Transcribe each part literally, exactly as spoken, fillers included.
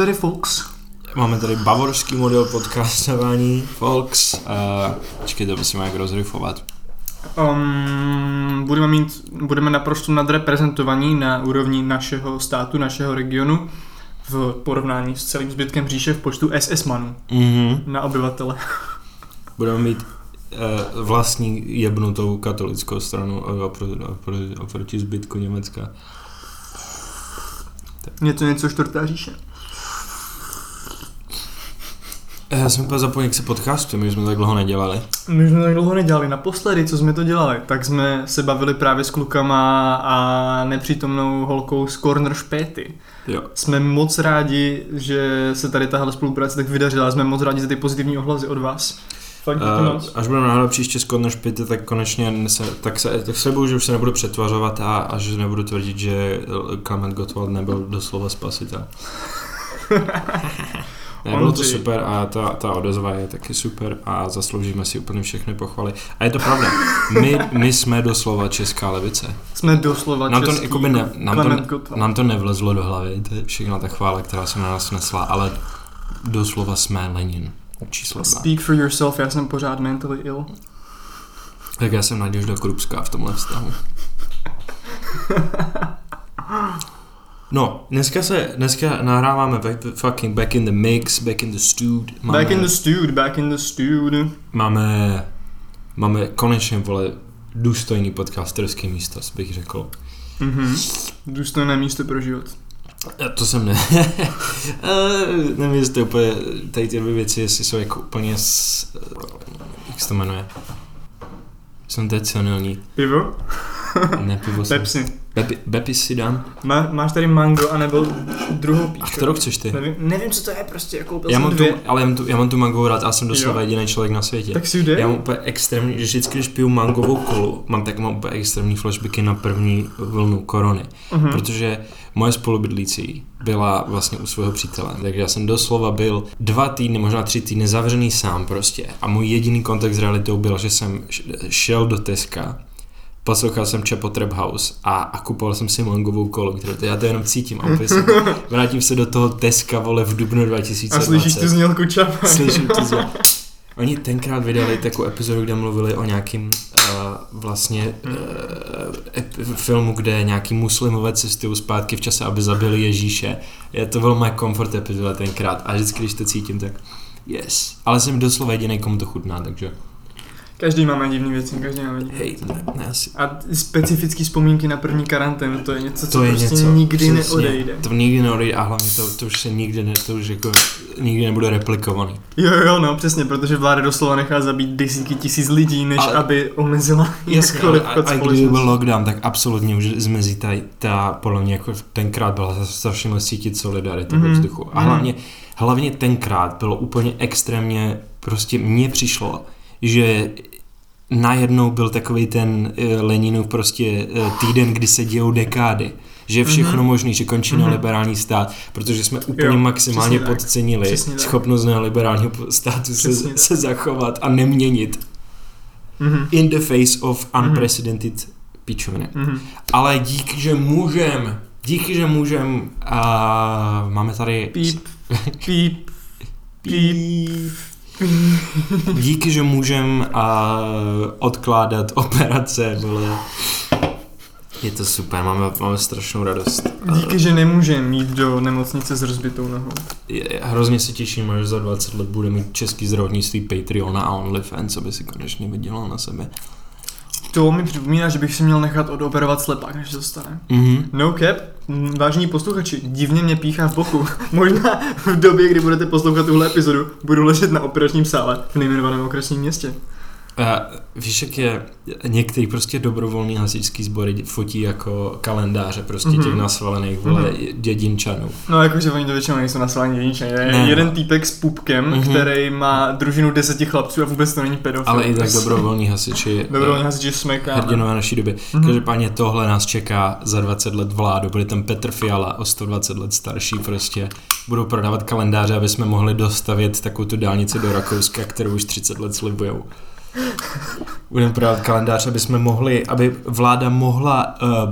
tady Fox. Máme tady bavorský model podcastování Fox. Uh, Počkej, to musíme jak rozrifovat. Um, budeme mít, budeme naprosto nadreprezentovaní na úrovni našeho státu, našeho regionu v porovnání s celým zbytkem říše v počtu es es manů Mm-hmm. na obyvatele. Budeme mít uh, vlastní jebnutou katolickou stranu oproti, oproti, oproti zbytku Německa. Je to něco čtvrtá říše. Já jsem úplně zapomněl, jak se podcastuje, my jsme tak dlouho nedělali. My jsme tak dlouho nedělali. Naposledy, co jsme to dělali, tak jsme se bavili právě s klukama a nepřítomnou holkou z Corner Špéty. Jo. Jsme moc rádi, že se tady tahle spolupráce tak vydařila. Jsme moc rádi za ty pozitivní ohlasy od vás. Fakt Uh, až budeme nahledat příště z Corner Špéty, tak konečně se, tak se, tak se bohu, že už se nebudu přetvařovat a, a že nebudu tvrdit, že Klement Gottwald nebyl doslova spasitel. Ne, bylo to super a ta, ta odezva je taky super a zasloužíme si úplně všechny pochvaly. A je to pravda, my, my jsme doslova česká levice. Jsme doslova nám český to, ne, nám, to, Gottwald. nám to nevlezlo do hlavy, to je všechna ta chvála, která se na nás nesla, ale doslova jsme Lenin. Číslo dva. Speak for yourself, já jsem pořád mentally ill. Tak já jsem Naděžda Krupská v tomhle vztahu. No, dneska se, dneska nahráváme back, fucking back in the mix, back in the stew. Máme, back in the stew, back in the stew. Máme, máme konečně, vole, důstojný podcasterský místo, bych řekl. Mhm, důstojné místo pro život. To jsem ne. Nevím, jestli to úplně, tady ty dvě věci, jestli jsou jako úplně, s, jak se to jmenuje? Jsem decionální. Pivo? Ne, pivo jsem. Pepsi. Bepi, Bepi si dám. Má, máš tady mango, anebo druhou píčku. A kterou chceš ty? Nevím, nevím, co to je, prostě, jako koupil já jsem mám dvě. Tu, ale já mám tu, já mám tu mangovou rád a jsem doslova jediný člověk na světě. Tak si jde? Já mám úplně extrémní, že vždycky, když piju mangovou kolu, mám tak mám úplně extrémní flashbacky na první vlnu korony. Uh-huh. Protože moje spolubydlící byla vlastně u svého přítele, takže já jsem doslova byl dva týdny, možná tři týdny zavřený sám prostě a můj jediný kontakt s realitou byl, že jsem šel do Teska, poslouchal jsem Chapo Trap House a, a kupoval jsem si mangovou kolu, kterou to já to jenom cítím a opět jsem, vrátím se do toho Teska, vole, v dubnu dva tisíce dvacet. A slyšíš tu znělku Chapa. Slyším tu znělku. Oni tenkrát vydali takovou epizodu, kde mluvili o nějakým uh, vlastně uh, ep- filmu, kde nějaký muslimové cestují zpátky v čase, aby zabili Ježíše. Je to byl moje comfort epizoda tenkrát a vždycky, když to cítím, tak yes. Ale jsem doslova jedinej, komu to chutná, takže... Každý máme divný věci, každý máme divný Hej, věci. ne, ne, asi. A specifický vzpomínky na první karanténu, to je něco, co to je prostě něco, nikdy přesně, neodejde. To nikdy neodejde a hlavně to, to už se nikdy ne, to už jako nikdy nebude replikovaný. Jo, jo, no, přesně, protože vláda doslova nechá zabít desítky tisíc lidí, než ale, aby omezila jakkoliv chod společnosti. A když byl lockdown, tak absolutně už zmizí ta, ta podle mě jako tenkrát byla strašně moc cítit solidaritu ve vzduchu. A hlavně, hlavně tenkrát bylo úplně extrémně, prostě mně přišlo, že najednou byl takový ten uh, Leninův prostě uh, týden, kdy se dějou dekády. Že je všechno mm-hmm. možný, že končí mm-hmm. neoliberální stát, protože jsme úplně jo, maximálně podcenili schopnost neoliberálního státu se, se zachovat a neměnit. Mm-hmm. In the face of unprecedented mm-hmm. pičoviny. Mm-hmm. Ale díky, že můžem, díky, že můžem, a máme tady... Píp, píp, píp. Díky, že můžem uh, odkládat operace, vole. Je to super, máme, máme strašnou radost. Díky, že nemůžem jít do nemocnice s rozbitou nohou. Je, hrozně se těším, že za dvacet let bude mít český zdravotnictví Patreon a OnlyFans, aby si konečně vydělal na sebe. To mi připomíná, že bych si měl nechat odoperovat slepák, než se to stane. Mm-hmm. No cap, vážení posluchači, divně mě píchá v boku. Možná v době, kdy budete poslouchat tuhle epizodu, budu ležet na operačním sále v nejmenovaném okresním městě. Uh, víš, jak je některý prostě dobrovolný hasičský sbory fotí jako kalendáře prostě mm-hmm. těch nasvalených, vole, mm-hmm. dědinčanů. No jakože oni to většinou nejsou nasvalení dědinčané. Je jeden týpek s pupkem, mm-hmm. který má družinu deseti chlapců a vůbec to není pedofil. Ale i tak dobrovolní hasiči. Dobrovolní hasiči smekáme. Hrdinové naší doby. Mm-hmm. Každopádně tohle nás čeká za dvacet let vládu. Bude tam Petr Fiala o sto dvacet let starší prostě. Budou prodávat kalendáře, aby jsme mohli dostavět takovou tu dálnici do Rakouska, kterou už třicet let slibujou. Budeme prodávat kalendář, aby jsme mohli, aby vláda mohla uh,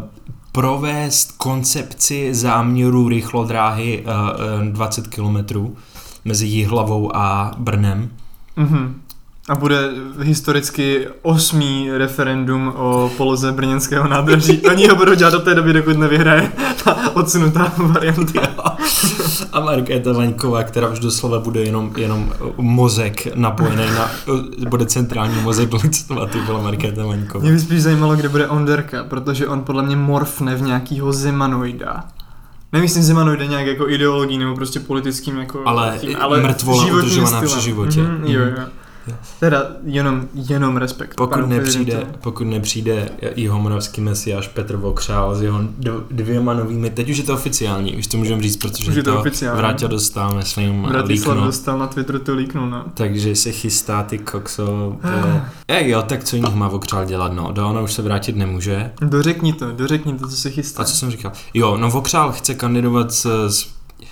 provést koncepci záměru rychlodráhy uh, dvacet kilometrů mezi Jihlavou a Brnem. Mm-hmm. A bude historicky osmý referendum o poloze brněnského nádraží. Oni ho budou dělat do té doby, dokud nevyhraje ta odsunutá varianta. A Markéta Vaňková, která už doslova bude jenom, jenom mozek napojený na, bude centrální mozek lidstva, to byla Markéta Vaňková. Mě by spíš zajímalo, kde bude Onderka, protože on podle mě morfne v nějakýho zemanoida. Nemyslím zemanoida nějak jako ideologii nebo prostě politickým jako ale, tím, ale mrtvola udržovaná při životě. Mm-hmm, jo, jo. Teda jenom, jenom respekt. Pokud nepřijde, pokud nepřijde jihomoravský mesiáš Petr Vokřál s jeho dvěma novými, teď už je to oficiální, už to můžeme říct, protože je to, to oficiální. Vráťa dostal, myslím, Vratislav dostal na Twitteru, to líknul, no. Takže se chystá ty kokso. Ej jo, tak co jiného má Vokřál dělat, no, do ona už se vrátit nemůže. Dořekni to, dořekni to, co se chystá. A co jsem říkal? Jo, no Vokřál chce kandidovat s, s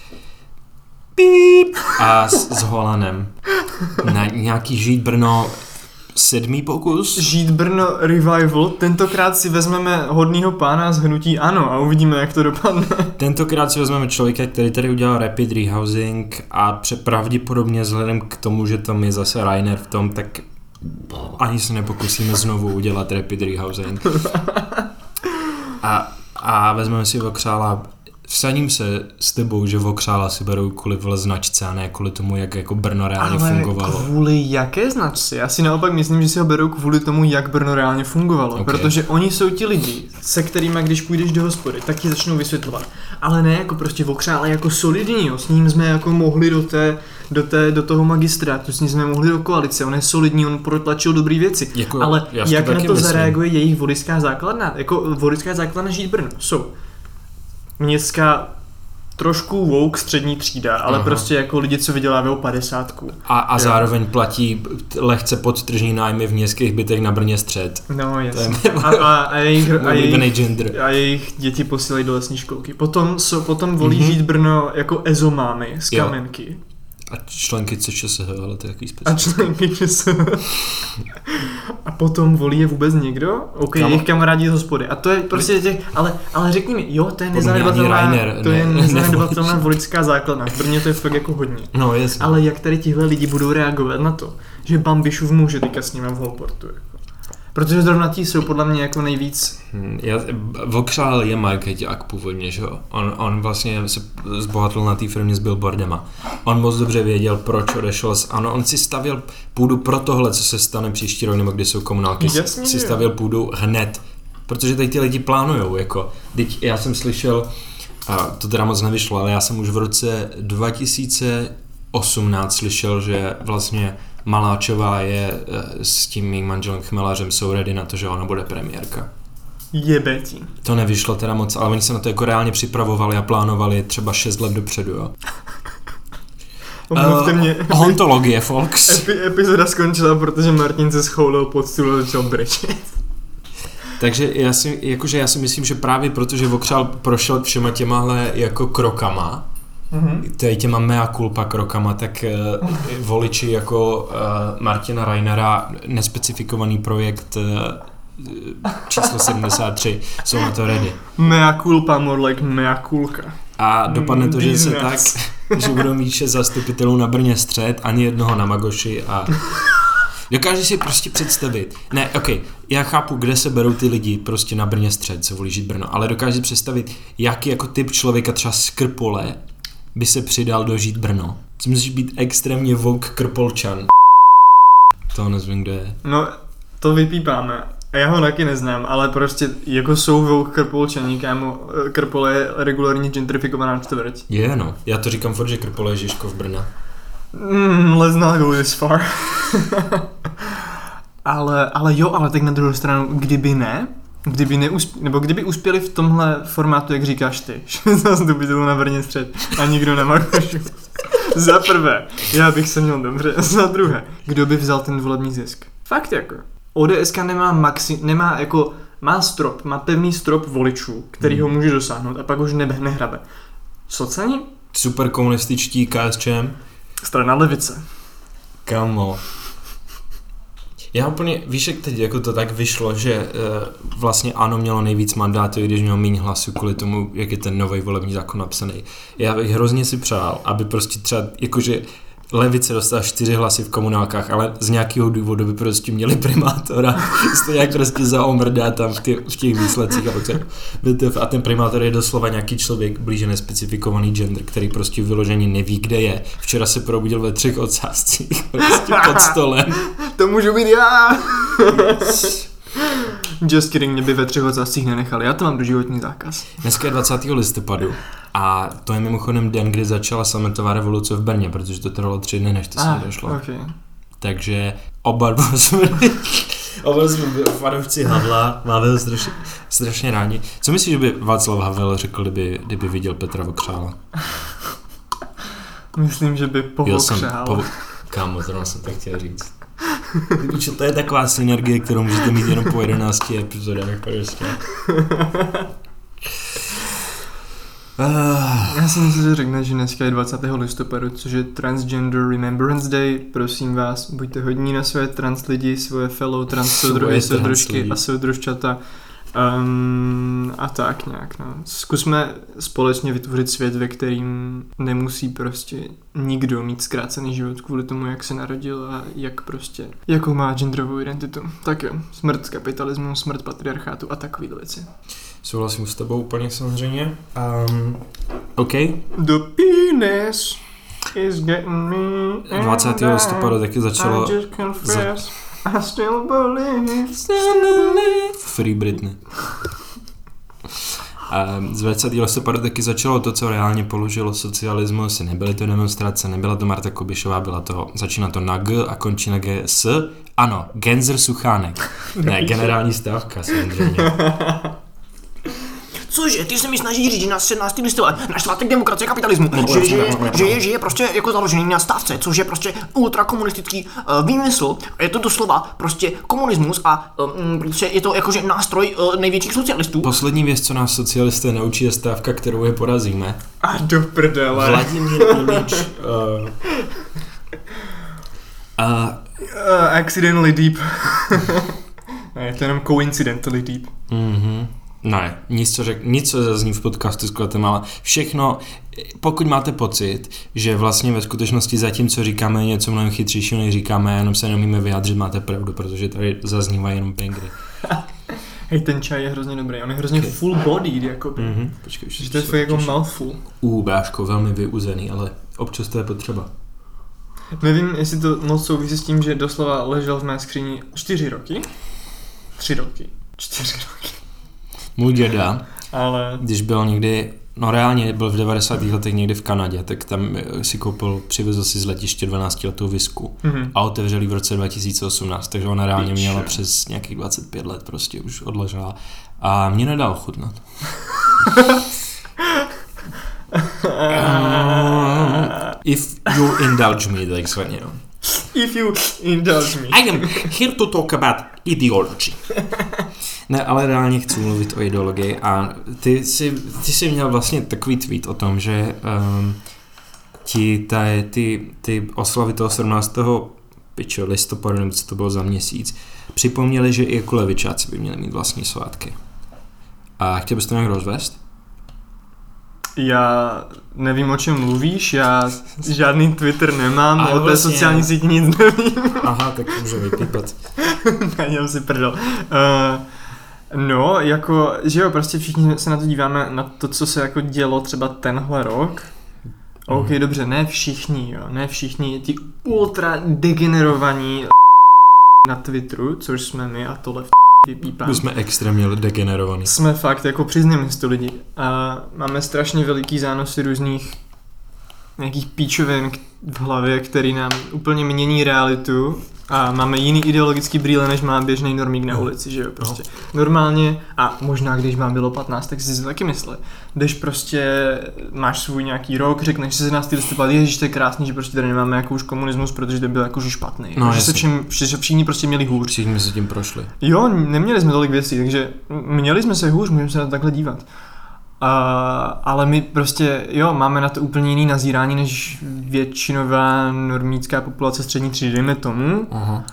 píp a s, s Holanem na nějaký Žít Brno sedmý pokus. Žít Brno revival, tentokrát si vezmeme hodnýho pána z hnutí ANO a uvidíme, jak to dopadne. Tentokrát si vezmeme člověka, který tady udělal rapid rehousing a pravděpodobně vzhledem k tomu, že tam je zase Rainer v tom, tak ani se nepokusíme znovu udělat rapid rehousing. A, a vezmeme si Vokřála. Vsadím se s tebou, že Vokřála si berou kvůli vle značce a ne kvůli tomu, jak jako Brno reálně ale fungovalo. Ale kvůli jaké značce? Já si naopak myslím, že si ho berou kvůli tomu, jak Brno reálně fungovalo. Okay. Protože oni jsou ti lidi, se kterými, když půjdeš do hospody, tak ti začnou vysvětlovat. Ale ne jako prostě Vokřála jako solidního, s ním jsme jako mohli do té, do té, do toho magistrátu, s ním jsme mohli do koalice, on je solidní, on protlačil dobrý věci. Jako, ale jak na to myslím. zareaguje jejich voličská základna? Jako voličská základna Žít Brno jsou městská trošku woke střední třída, ale aha. prostě jako lidi, co vydělávají padesátku. A, a zároveň platí lehce podtržní nájmy v městských bytech na Brně střed. No jasně. A, a, a, jejich, a, jejich, a jejich děti posílají do lesní školky. Potom, so, potom volí mm-hmm. Žít Brno jako ezomámy z Kamenky. Jo. A členky C Č S H, ale to je jaký specifický. A členky C Č S H. A potom volí je vůbec někdo? OK, Kamo? Jejich kamarádi z hospody. A to je prostě těch, ale, ale řekni mi, jo, to je nezanedbatelná, to je nezanedbatelná voličská základna. V Brně to je fakt jako hodně. No, jasně. Ale jak tady tihle lidi budou reagovat na to, že Bambišův muž je teďka s ním v Holportu, jako. Protože zrovna tí jsou podle mě jako nejvíc... Hmm, já, Vokřál je markeťák původně, že jo? On, on vlastně se zbohatl na té firmě s billboardema. On moc dobře věděl, proč odešel z ANO. On si stavěl půdu pro tohle, co se stane příští rok, nebo kdy jsou komunálky. Jasně, si stavěl půdu hned. Protože teď ty lidi plánujou, jako. Teď já jsem slyšel, a to teda moc nevyšlo, ale já jsem už v roce dva tisíce osmnáct slyšel, že vlastně Maláčová je s tím mým manželem Chmelařem jsou ready na to, že ona bude premiérka. Jebetí. To nevyšlo teda moc, ale oni se na to jako reálně připravovali a plánovali třeba šest let dopředu, jo. Omluvte mě. Uh, Hontologie, folks. Epi, epizoda skončila, protože Martin se schoulil pod stůl a začal brečet. Takže já si, jakože já si myslím, že právě protože Vokřál prošel všema těmahle jako krokama, mm-hmm. tady těma mea culpa krokama, tak uh, voliči jako uh, Martina Rainera, nespecifikovaný projekt uh, číslo sedmdesát tři, jsou na to ready. Mea culpa, more like mea culpa. A dopadne to, že se tak, že budou mít šest zastupitelů na Brně střed, ani jednoho na Magoši a... Dokážeš si prostě představit. Ne, ok, já chápu, kde se berou ty lidi prostě na Brně střed, co volí Žít Brno, ale dokážeš si představit, jaký jako typ člověka třeba z Krpole by se přidal do Žít Brno. Co musíš být extrémně woke Krpolčan. To nezvím, kdo je. No, to vypípáme. Já ho taky neznám, ale prostě jako jsou woke Krpolčaní, kámo, Krpole je regulární gentrifikovaná čtvrť. Je, no. Já to říkám furt, že Krpole je Žižkov Brna. Mm, let's not go this far. ale, ale jo, ale tak na druhou stranu, kdyby ne, kdyby neuspěli, nebo kdyby uspěli v tomhle formátu, jak říkáš ty, že zastupitelů na Brně střed a nikdo na Magošu. Za prvé, já bych se měl dobře. Za druhé, kdo by vzal ten volební zisk? Fakt jako. O D S ka nemá maxi, nemá jako, má strop, má pevný strop voličů, který hmm. ho může dosáhnout a pak už nebe, nehrabe. Socani? Super komunističtí K S Č M? Strana levice. Kamo. Já úplně, víš, jak teď jako to tak vyšlo, že uh, vlastně ANO mělo nejvíc mandátů, když mělo méně hlasů kvůli tomu, jak je ten nový volební zákon napsaný. Já bych hrozně si přál, aby prostě třeba, jakože levice dostala čtyři hlasy v komunálkách, ale z nějakého důvodu by prostě měli primátora, to nějak prostě zaomrdá tam v, tě, v těch výsledcích a, se, a ten primátor je doslova nějaký člověk blíže nespecifikovaný gender, který prostě vyloženě neví, kde je. Včera se probudil ve třech ocáscích, prostě pod stolem. To můžu být já! Just kidding, mě by ve třech ocáscích nenechali, já to mám doživotní zákaz. Dneska je dvacátého listopadu a to je mimochodem den, kdy začala sametová revoluce v Brně, protože to trvalo tři dny, než to sem došlo. Okay. Takže oba dva jsme, oba jsme fanoušci Havla, máme ho strašně, strašně rádi. Co myslíš, že by Václav Havel řekl, kdyby, kdyby viděl Petra Vokřála? Myslím, že by povokřál. Povo... Kámo, zrovna jsem tak chtěl říct. To je taková synergie, kterou můžete mít jenom po jedenácti epizodách. Prostě. Já si myslím, že řekne, že dneska je dvacátého listopadu, což je Transgender Remembrance Day. Prosím vás, buďte hodní na své trans lidi, svoje fellow trans soudruhy, soudružky a soudružčata. Um, a tak nějak, no. Zkusme společně vytvořit svět, ve kterým nemusí prostě nikdo mít zkrácený život kvůli tomu, jak se narodil a jak prostě, jakou má genderovou identitu. Tak jo, smrt kapitalismu, smrt patriarchátu a takový věci. Souhlasím s tebou úplně samozřejmě. Um, OK. The penis is getting me. dvacátého listopadu taky začalo... I just confess, I still believe. Free Britney. Um, z dvacátého listopadu taky začalo to, co reálně položilo socialismus. Nebyly to demonstrace, nebyla to Marta Kubišová, byla to, začíná to na G a končí na G s, ano, Genzr Suchánek. Ne, generální stávka samozřejmě. Cože, ty se mi snaží říct, že na sedmnáctého listopadu, na svátek demokracie kapitalismu, no, že, že, že, je, že je prostě jako založený na stávce, což je prostě ultrakomunistický uh, výmysl, je to doslova prostě komunismus a um, prostě je to jakože nástroj uh, největších socialistů. Poslední věc, co nás socialisté naučí, je stávka, kterou je porazíme. A do prdele. Vladimír Ilič. Uh, uh, uh, accidentally deep. Ne, je to jenom coincidentally deep. Mhm. Ne, nic co, řek, nic, co zazní v podcastu s Guatemala. Všechno, pokud máte pocit, že vlastně ve skutečnosti zatím, co říkáme, je něco mnohem chytřejšího, než říkáme, jenom se neumíme vyjádřit, máte pravdu, protože tady zaznívají jenom bangry. Hej, ten čaj je hrozně dobrý, on je hrozně okay. full bodied, jako. Mm-hmm. Počkej, že to je fakt jako mouthful. Uh, bráško, velmi vyuzený, ale občas to je potřeba. Nevím, jestli to moc souvisí s tím, že doslova ležel v mé skříni čtyři roky. Tři roky. Čtyři roky. Můj děda, ale... když byl někdy, no reálně byl v devadesátých letech někdy v Kanadě, tak tam si koupil, přivezl si z letiště dvanáctiletou visku mm-hmm. a otevřel v roce dva tisíce osmnáct, takže ona reálně Píče. měla přes nějakých dvacet pět let, prostě už odležela a mě nedal chutnat. If you indulge me, takzvaně, no. If you indulge me. I am here to talk about ideology. Ne, ale reálně chci mluvit o ideologii a ty jsi, ty jsi měl vlastně takový tweet o tom, že um, ti taj, ty, ty oslavy toho sedmnáctého pičo, listopadu, nebo co to bylo za měsíc, připomněli, že i jako levičáci by měli mít vlastní svátky. A chtěl bys to nějak rozvést? Já nevím, o čem mluvíš, já žádný Twitter nemám, a o té vlastně... sociální síti nic nevím. Aha, tak může vypípat. Nedělám si prdel. Uh, no, jako, že jo, prostě všichni se na to díváme, na to, co se jako dělo třeba tenhle rok. Ok, mm. dobře, ne všichni, jo, ne všichni, ti ultra degenerovaní na Twitteru, což jsme my a tohle v vypípám. My jsme extrémně degenerovaní. Jsme fakt, jako přiznejme si to lidi. A máme strašně veliký zánosy různých nějakých píčovin v hlavě, který nám úplně mění realitu a máme jiný ideologický brýle, než má běžný normík na ulici, že jo, prostě. Normálně, a možná když vám bylo patnáct, tak si to taky mysle. Když prostě máš svůj nějaký rok, řekneš si sedmnáctého listopadu, ježiš, to je krásný, že prostě tady nemáme jako už komunismus, protože to byl jako už špatný. No, že se všim, že všichni prostě měli hůř. Všichni se tím prošli. Jo, neměli jsme tolik věcí, takže měli jsme se hůř, můžeme se na to takhle dívat. Uh, ale my prostě, jo, máme na to úplně jiný nazírání než většinová normická populace střední třídy, dejme tomu. Aha.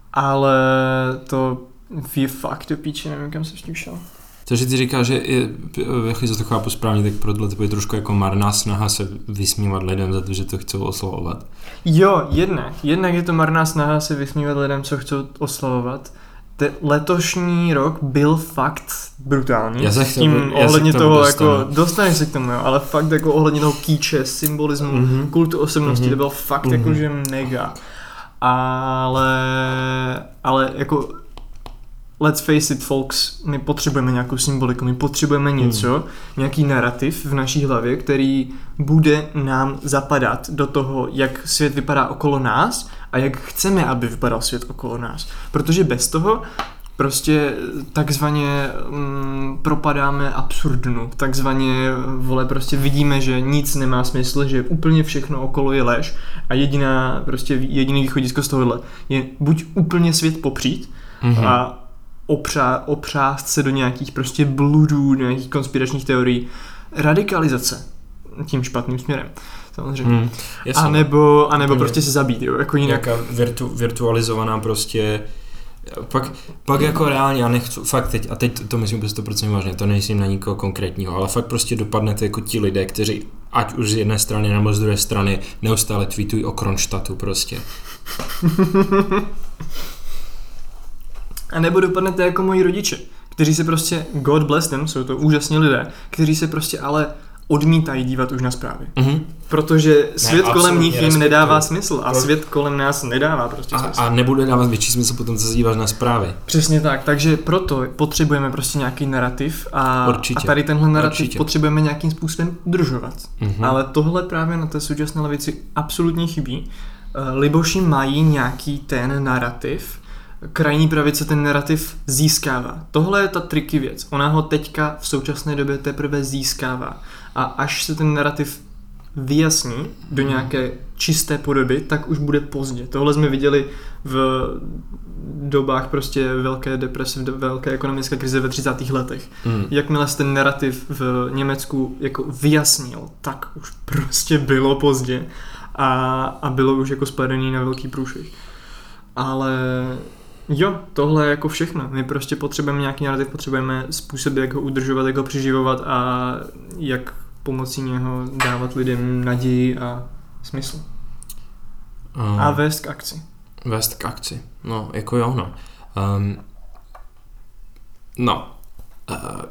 ale to je fakt do píče, nevím, kam se s tím šel. Takže ty říkáš, že je, jak to chápu správně, tak pro tohle to je trošku jako marná snaha se vysmívat lidem za to, že to chcou oslavovat. Jo, jednak. Jednak je to marná snaha se vysmívat lidem, co chcou oslavovat. Te, letošní rok byl fakt brutální. Já se s tím chtěl, ohledně já toho, dostanu. jako, dostaneš se k tomu, jo, ale fakt jako ohledně toho kýče, symbolismu, mm-hmm. kultu osobnosti, mm-hmm. to bylo fakt mm-hmm. jakože mega. Ale, ale jako let's face it, folks, my potřebujeme nějakou symboliku, my potřebujeme něco, hmm. nějaký narrativ v naší hlavě, který bude nám zapadat do toho, jak svět vypadá okolo nás a jak chceme, aby vypadal svět okolo nás. Protože bez toho prostě takzvaně mm, propadáme absurdnu, takzvaně, vole, prostě vidíme, že nic nemá smysl, že úplně všechno okolo je lež a jediná, prostě jediný východisko z tohohle je buď úplně svět popřít mm-hmm. a Opřá, opřást se do nějakých prostě bludů, do nějakých konspiračních teorií. Radikalizace tím špatným směrem, samozřejmě. Hmm, a nebo, a nebo prostě se zabít, jo, jako jinak. Nějaká virtu, virtualizovaná prostě, pak, pak jako reálně, já nechci, fakt teď, a teď to myslím sto procent vážně, to nejsem na nikoho konkrétního, ale fakt prostě dopadnete jako ti lidé, kteří ať už z jedné strany nebo z druhé strany neustále tweetují o Kronštadtu prostě. A nebo dopadnete jako moji rodiče, kteří se prostě, God bless them, jsou to úžasní lidé, kteří se prostě ale odmítají dívat už na zprávy. Mm-hmm. Protože svět ne, kolem nich jim respektuji. Nedává smysl a svět kolem nás nedává prostě a, smysl. A nebude dávat větší smysl potom, co se díváš na zprávy. Přesně tak, takže proto potřebujeme prostě nějaký narrativ a, a tady tenhle narrativ Určitě. Potřebujeme nějakým způsobem udržovat. Mm-hmm. Ale tohle právě na té současné levici absolutně chybí. Liboši mají nějaký ten narrativ, krajní pravice ten narrativ získává. Tohle je ta triky věc. Ona ho teďka v současné době teprve získává. A až se ten narrativ vyjasní do nějaké čisté podoby, tak už bude pozdě. Tohle jsme viděli v dobách prostě velké deprese, velké ekonomické krize ve třicátých letech. Mm. Jakmile se ten narrativ v Německu jako vyjasnil, tak už prostě bylo pozdě a, a bylo už jako spladený na velký průšvih. Ale jo, tohle je jako všechno. My prostě potřebujeme nějaký narrativ, potřebujeme způsoby, jak ho udržovat, jak ho přeživovat a jak pomocí něho dávat lidem naději a smysl. Um, a vést k akci. Vést k akci. No, jako jo, no. Um, no. Uh,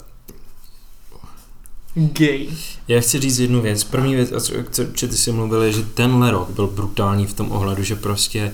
Gay. Já chci říct jednu věc. První věc, o co ty jsi mluvil, je, že tenhle rok byl brutální v tom ohledu, že prostě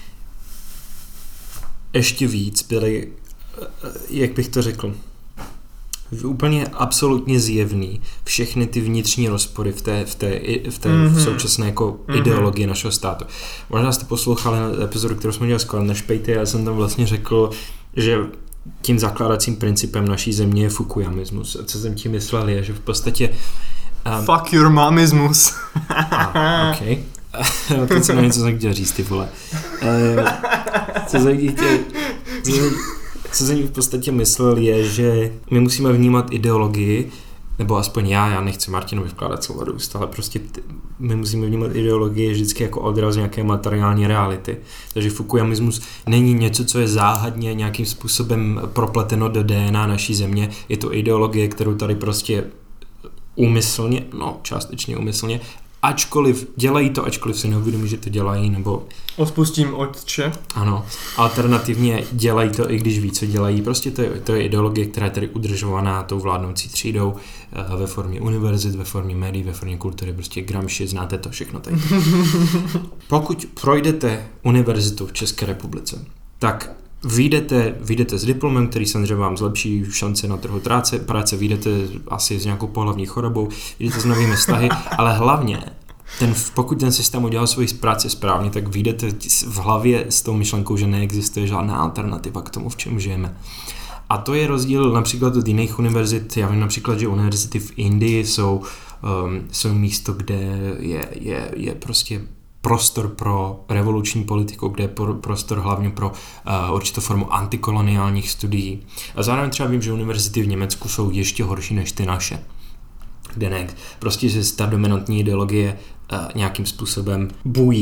ještě víc byly, jak bych to řekl, úplně absolutně zjevný všechny ty vnitřní rozpory v té, v té, v té mm-hmm. v současné jako mm-hmm. ideologii našeho státu. Možná jste poslouchali na epizodu, kterou jsme dělali s Kolem Nešpejty, já jsem tam vlastně řekl, že tím zakládacím principem naší země je Fukuyamismus. Co jsem tím myslel je, že v podstatě um, fuck your momismus. ah, ok. Teď jsem na něco jsem chtěl říct, ty vole. Uh, co jsem chtěl... Co jsem v podstatě myslel je, že my musíme vnímat ideologii, nebo aspoň já, já nechci Martinovi vkládat slovo do úst, ale prostě t- my musíme vnímat ideologii vždycky jako odraz nějaké materiální reality. Takže Fukuyamismus není něco, co je záhadně nějakým způsobem propleteno do D N A naší země. Je to ideologie, kterou tady prostě úmyslně, no částečně úmyslně, ačkoliv dělají to, ačkoliv si neuvědomí, že to dělají, nebo... Odpustím otče. Ano, alternativně dělají to, i když ví, co dělají. Prostě to je, to je ideologie, která je tady udržovaná tou vládnoucí třídou ve formě univerzit, ve formě médií, ve formě kultury, prostě Gramsci, znáte to všechno tady. Pokud projdete univerzitu v České republice, tak Vyjdete, vyjdete s diplomem, který samozřejmě vám zlepší šance na trhu práce, práce, vyjdete asi s nějakou pohlavní chorobou, vyjdete s novými vztahy, ale hlavně, ten, pokud ten systém udělal svoji práci správně, tak vyjdete v hlavě s tou myšlenkou, že neexistuje žádná alternativa k tomu, v čem žijeme. A to je rozdíl například od jiných univerzit. Já vím například, že univerzity v Indii jsou, um, jsou místo, kde je, je, je prostě prostor pro revoluční politiku, kde je prostor hlavně pro uh, určitou formu antikoloniálních studií. A zároveň třeba vím, že univerzity v Německu jsou ještě horší než ty naše. Kde ne, prostě se ta dominantní ideologie uh, nějakým způsobem bují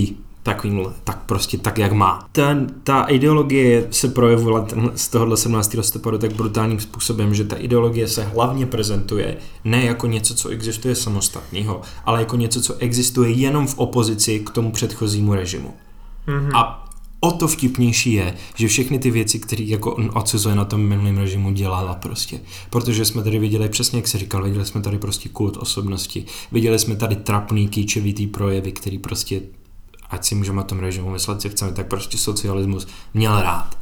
takovým, tak prostě tak, jak má. Ten, ta ideologie se projevovala z tohohle sedmnáctého listopadu tak brutálním způsobem, že ta ideologie se hlavně prezentuje ne jako něco, co existuje samostatného, ale jako něco, co existuje jenom v opozici k tomu předchozímu režimu. Mm-hmm. A o to vtipnější je, že všechny ty věci, které jako on odsuzuje na tom minulém režimu, dělala prostě. Protože jsme tady viděli přesně, jak se říkal, viděli jsme tady prostě kult osobnosti, viděli jsme tady trapný, kýčovitý projevy, který prostě, ať si můžeme o tom režimu myslet, co chceme, tak prostě socialismus měl rád.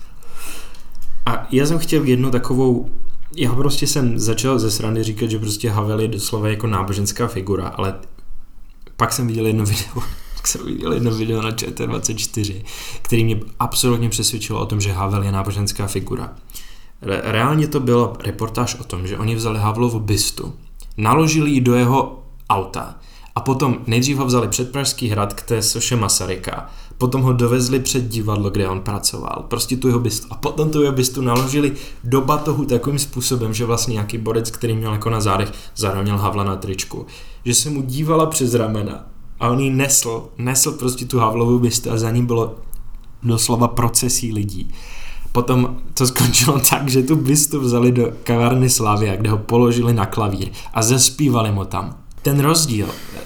A já jsem chtěl jednu takovou, já prostě jsem začal ze srandy říkat, že prostě Havel je doslova jako náboženská figura, ale pak jsem viděl jedno video, jsem viděl jedno video na Č T dvacet čtyři, který mě absolutně přesvědčilo o tom, že Havel je náboženská figura. Re- reálně to byla reportáž o tom, že oni vzali Havlovu bystu, naložili ji do jeho auta a potom nejdřív ho vzali před Pražský hrad k té soše Masaryka, potom ho dovezli před divadlo, kde on pracoval, prostě tu jeho bystu a potom tu jeho bystu naložili do batohu takovým způsobem, že vlastně nějaký borec, který měl jako na zádech, zároveň měl Havla na tričku, že se mu dívala přes ramena a on jí nesl, nesl prostě tu Havlovu bystu a za ním bylo doslova procesí lidí. Potom to skončilo tak, že tu bystu vzali do kavárny Slavia, kde ho položili na klavír a zaspívali mu tam. Ten rozdíl,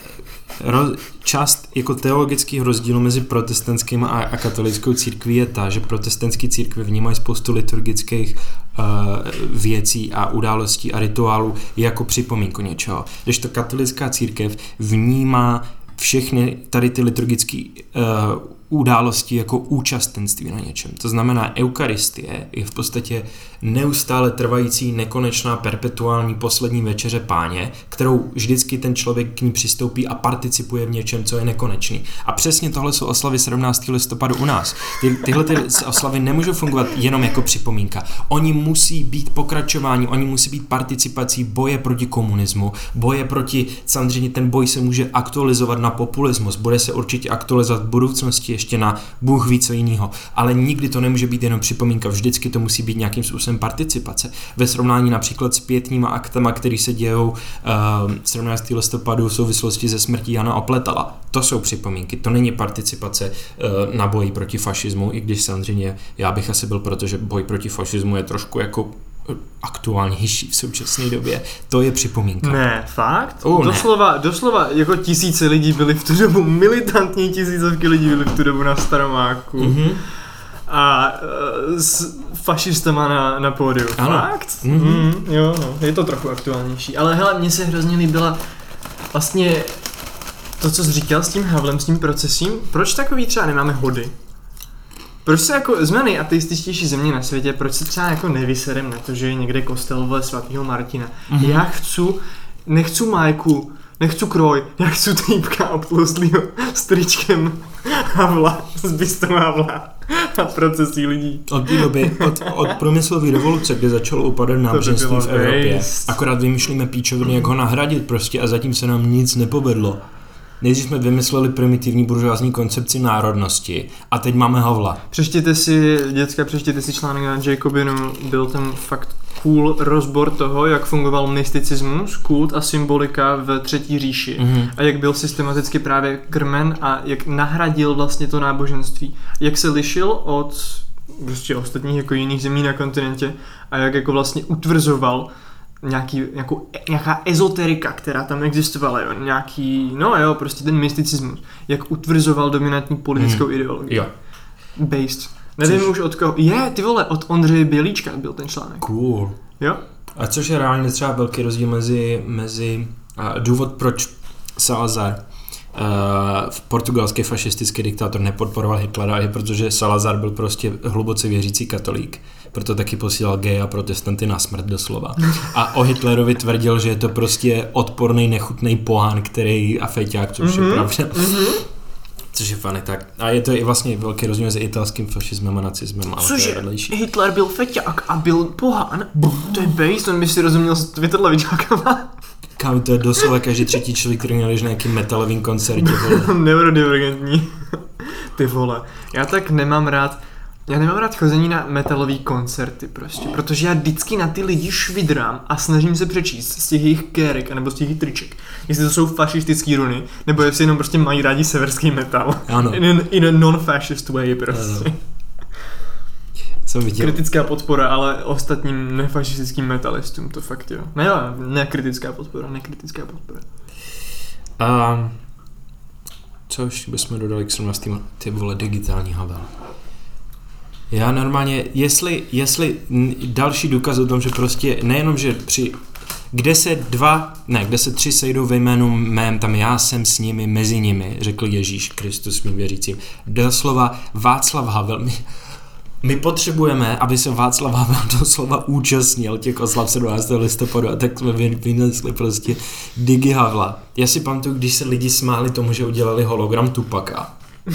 roz, část jako teologických rozdílů mezi protestantským a, a katolickou církví je ta, že protestantské církve vnímají spoustu liturgických uh, věcí a událostí a rituálů jako připomínku něčeho. Když to katolická církev vnímá všechny tady ty liturgické uh, události jako účastenství na něčem. To znamená, eucharistie je v podstatě neustále trvající, nekonečná, perpetuální poslední večeře Páně, kterou vždycky ten člověk k ní přistoupí a participuje v něčem, co je nekonečný. A přesně tohle jsou oslavy sedmnáctého listopadu u nás. Ty, tyhle ty oslavy nemůžou fungovat jenom jako připomínka. Oni musí být pokračování, oni musí být participací boje proti komunismu, boje proti, samozřejmě ten boj se může aktualizovat na populismus, bude se určitě aktualizovat v budoucnosti ještě na Bůh ví co jinýho, ale nikdy to nemůže být jenom připomínka, vždycky to musí být nějakým způsobem participace. Ve srovnání například s pietníma aktama, které se dějou uh, sedmnáctého listopadu v souvislosti se smrtí Jana Opletala. To jsou připomínky, to není participace uh, na boji proti fašismu, i když samozřejmě já bych asi byl, protože boj proti fašismu je trošku jako aktuálnější v současné době. To je připomínka. Ne, fakt? Uh, doslova, ne. doslova jako tisíce lidí byli v tu dobu, militantní tisícovky lidí byli v tu dobu na Staromáku. Mm-hmm. A uh, s fašistama na, na pódiu. Ano. Fakt? Mm-hmm. Mm, jo, no, je to trochu aktuálnější. Ale hele, mně se hrozně líbila vlastně to, co jsi říkal s tím Havlem, s tím procesím. Proč takový třeba nemáme hody? Proč se jako, jsme nejateističtější země na světě, proč se třeba jako nevyserem na to, že je někde kostel vole svatého Martina? Mm-hmm. Já chci, nechci Majku, nechci kroj, já chci týpka obtlustlýho s tričkem Havla, s bystou Havla a procesí lidí. Od té doby, od, od průmyslové revoluce, kdy začalo upadat náboženství v Evropě, akorát vymýšlíme píčoviny, jak ho nahradit prostě a zatím se nám nic nepovedlo. Nejdřív jsme vymysleli primitivní buržoázní koncepci národnosti a teď máme Havla. Přečtěte si, děcka, přečtěte si článek na Jacobinu, byl tam fakt cool rozbor toho, jak fungoval mysticismus, kult a symbolika v Třetí říši mm-hmm. a jak byl systematicky právě krmen a jak nahradil vlastně to náboženství. Jak se lišil od prostě ostatních jako jiných zemí na kontinentě a jak jako vlastně utvrzoval nějaký, nějakou, nějaká ezoterika, která tam existovala, jo, nějaký, no jo, prostě ten mysticismus, jak utvrzoval dominantní politickou hmm. ideologii. Jo. Based. Nevím což... už od koho, je, ty vole, od Ondřeje Bělíčka byl ten článek. Cool. Jo. A což je reálně třeba velký rozdíl mezi, mezi uh, důvod, proč Salazar uh, portugalský fašistický diktátor nepodporoval Hitlera, je protože Salazar byl prostě hluboce věřící katolík. Proto taky posílal gay a protestanty na smrt doslova. A o Hitlerovi tvrdil, že je to prostě odporný, nechutný pohán, který a feťák, což mm-hmm. je pravda. Mm-hmm. Což je fany tak. A je to i vlastně velký rozdíl mezi italským fašismem a nacismem. Cože? Hitler byl feťák a byl pohán? To je base, on by si rozuměl s Twitterlevičákama. Kam to je doslova každý třetí člověk, který měl na nějakým metalovým koncertě. Neurodivergentní. Ty vole. Já tak nemám rád Já nemám rád chození na metalový koncerty prostě, protože já vždycky na ty lidi švidrám a snažím se přečíst z těch jejich kérek anebo z těch jejich triček, jestli to jsou fašistický runy, nebo jestli jenom prostě mají rádi severský metal. Ano. In a, in a non-fascist way prostě. Ano. Jsem viděl. Kritická podpora, ale ostatním nefašistickým metalistům to fakt jo. Ne, jo, ne kritická podpora, nekritická podpora. Um, co ještě bychom dodali k sedmnáctému Ty vole, digitální Havel. Já normálně, jestli, jestli další důkaz o tom, že prostě nejenom, že při, kde se dva, ne, kde se tři sejdou ve jménu mém, tam já jsem s nimi, mezi nimi, řekl Ježíš Kristus mým věřícím. Doslova Václav Havel, my, my potřebujeme, aby se Václav Havel doslova účastnil těch oslav sedmnáctého listopadu a tak jsme vynesli prostě Digi Havla. Já si pamatuju, když se lidi smáli tomu, že udělali hologram Tupaka.